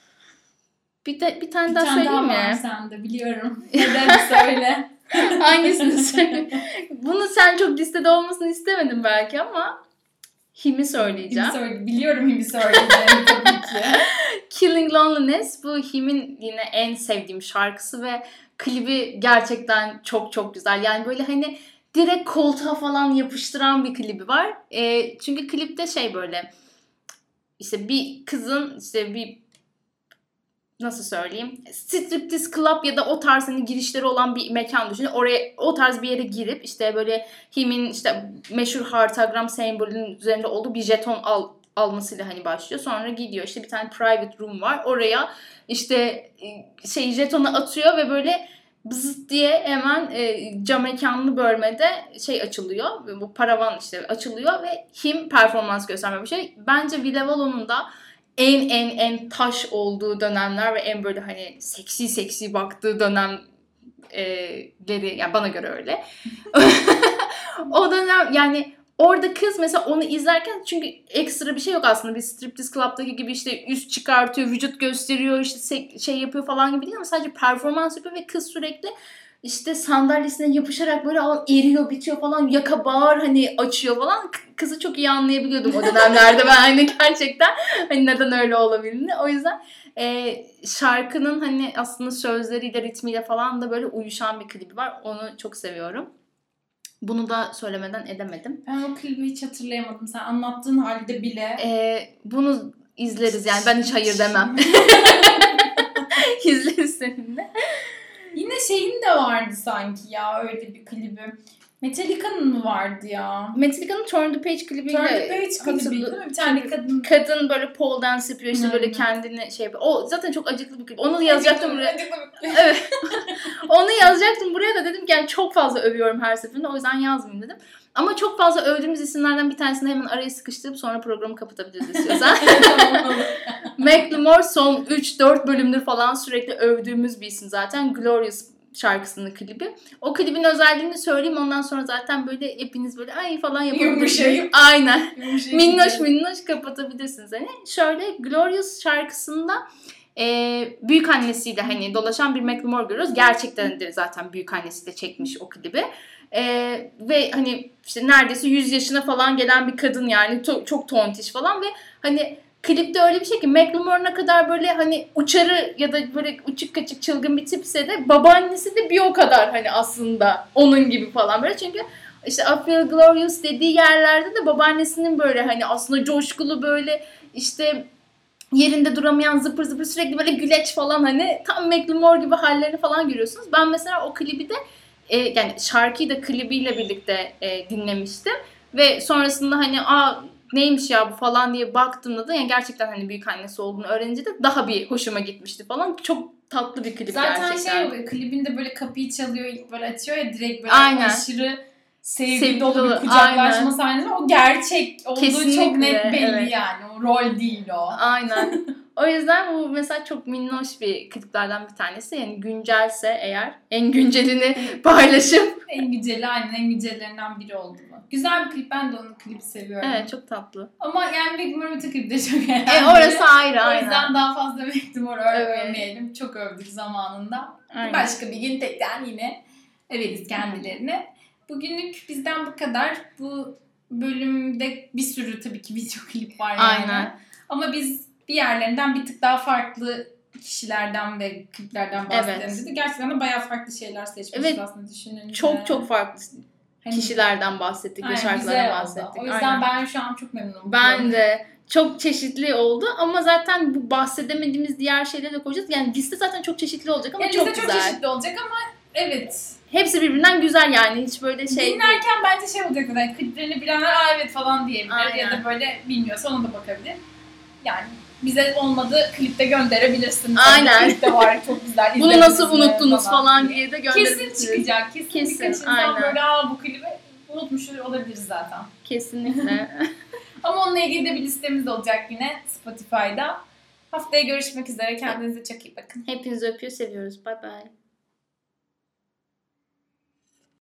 Bir de bir tane bir daha tane söyleyeyim daha mi? Var sende biliyorum. Neden söyle. Hangisini söyleyeyim? Bunu sen çok listede olmasını istemedin belki ama Him'i söyleyeceğim. Him'i söyle, biliyorum Him'i söyleyeceğim tabii ki. Killing Loneliness bu Him'in yine en sevdiğim şarkısı ve klibi gerçekten çok çok güzel. Yani böyle hani direkt koltuğa falan yapıştıran bir klibi var. E, çünkü klipte şey böyle işte bir kızın işte bir nasıl söyleyeyim, striptease club ya da o tarz hani girişleri olan bir mekan düşünün. Oraya, o tarz bir yere girip işte böyle Him'in işte meşhur Heartagram sembolünün üzerinde olduğu bir jeton al, almasıyla hani başlıyor. Sonra gidiyor işte bir tane private room var. Oraya işte şey jetonu atıyor ve böyle bızıt diye hemen e, cam mekanlı bölmede şey açılıyor. Bu paravan işte açılıyor ve Him performans göstermeye başlıyor. Bence Villevalo'nun da en en en taş olduğu dönemler ve en böyle hani seksi seksi baktığı dönemleri, yani bana göre öyle. O dönem yani orada kız mesela onu izlerken, çünkü ekstra bir şey yok aslında, bir striptease club'daki gibi işte üst çıkartıyor, vücut gösteriyor, işte şey yapıyor falan gibi değil ama sadece performans yapıyor ve kız sürekli İşte sandalyesine yapışarak böyle eriyor, bitiyor falan, yaka bağır hani açıyor falan. Kızı çok iyi anlayabiliyordum o dönemlerde ben hani gerçekten hani neden öyle olabildiğini. O yüzden e, şarkının hani aslında sözleriyle, ritmiyle falan da böyle uyuşan bir klibi var. Onu çok seviyorum. Bunu da söylemeden edemedim. Ben o klibi hiç hatırlayamadım. Sen anlattığın halde bile. E, bunu izleriz yani, ben hiç hayır demem. İzleriz seninle. Yine şeyin de vardı sanki ya öyle bir klibi. Metallica'nın mı vardı ya? Metallica'nın Turn the Page klibiyle Turn the Page klibi değil mi? Bir tane kadın. Kadın böyle pole dance yapıyor işte, böyle kendini şey yapıyor. O zaten çok acıklı bir klip. Onu yazacaktım buraya. Evet. Onu yazacaktım buraya da dedim ki yani çok fazla övüyorum her seferinde, o yüzden yazmayayım dedim. Ama çok fazla övdüğümüz isimlerden bir tanesini hemen araya sıkıştırıp sonra programı kapatabiliriz istiyorsan. Macklemore son üç dört bölümdür falan sürekli övdüğümüz bir isim zaten. Glorious şarkısının klibi. O klibin özelliğini söyleyeyim, ondan sonra zaten böyle hepiniz böyle ay falan yapabilirsiniz. Aynen. Yumuşayıp minnoş minnoş kapatabilirsiniz. Hani şöyle Glorious şarkısında e, büyük annesiyle hani dolaşan bir Macklemore görüyoruz. Gerçekten de zaten büyük annesi de çekmiş o klibi. Ee, ve hani işte neredeyse yüz yaşına falan gelen bir kadın yani, to- çok tontiş falan ve hani klipte öyle bir şey ki Macklemore ne kadar böyle hani uçarı ya da böyle uçuk kaçık çılgın bir tipse de babaannesi de bir o kadar hani aslında onun gibi falan böyle, çünkü işte I Feel Glorious dediği yerlerde de babaannesinin böyle hani aslında coşkulu, böyle işte yerinde duramayan, zıpır zıpır sürekli böyle güleç falan, hani tam Macklemore gibi hallerini falan görüyorsunuz. Ben mesela o klibi de e, yani şarkıyı da klibiyle birlikte e, dinlemiştim ve sonrasında hani aa neymiş ya bu falan diye baktığımda da yani gerçekten hani büyük annesi olduğunu öğrenince de daha bir hoşuma gitmişti falan. Çok tatlı bir klip Zaten gerçekten. Zaten şey oluyor, klibinde böyle kapıyı çalıyor, ilk böyle açıyor ya, direkt böyle Aynen. aşırı sevgi Sevgi dolu dolu, bir kucaklaşma aynen. sahnesi. O gerçek olduğu Kesinlikle, çok net belli evet. yani. O rol değil o. Aynen. O yüzden bu mesela çok minnoş bir kliplerden bir tanesi. Yani güncelse eğer en güncelini paylaşıp. En güzeli, aynen en güzellerinden biri oldu bu. Güzel bir klip. Ben de onun klibi seviyorum. Evet, çok tatlı. Ama yani Big Murmut'un klibi de çok eğlenceli. E, orası ayrı, aynen. O yüzden daha fazla Big Mur Evet. övmeyelim. Çok övdük zamanında. Aynen. Başka bir gün tekrar yine överiz kendilerini. Bugünlük bizden bu kadar. Bu bölümde bir sürü tabii ki video klip var yani. Aynen. Ama biz bir yerlerinden bir tık daha farklı kişilerden ve kliplerden bahsedelim Evet. dedi. Gerçekten de bayağı farklı şeyler seçmişiz Evet, aslında düşününce. Çok çok farklı hani, kişilerden bahsettik ve şarkılardan bahsettik. O yüzden aynen. ben şu an çok memnunum. Ben de. Çok çeşitli oldu ama zaten bu bahsedemediğimiz diğer şeyleri de koyacağız. Yani liste zaten çok çeşitli olacak ama yani çok liste güzel. çok çeşitli olacak ama evet. Hepsi birbirinden güzel yani, hiç böyle şey... Dinlerken bence şey olacak zaten, kliplerini bilenler aa evet falan diyebilir. Aynen. Ya da böyle bilmiyorsa ona da bakabilir. Yani bize olmadı klipte gönderebilirsiniz. Aynen. Klipte var çok güzel. Bunu nasıl unuttunuz falan, falan diye de gönderebilirsiniz. Kesin çıkacak. Kesin, Kesin, birkaç insan aynen. böyle aa bu klibi unutmuş olabiliriz zaten. Kesinlikle. Ama onunla ilgili de bir listemiz olacak yine Spotify'da. Haftaya görüşmek üzere. Kendinize çok iyi bakın. Hepinizi öpüyor, seviyoruz. Bye bye.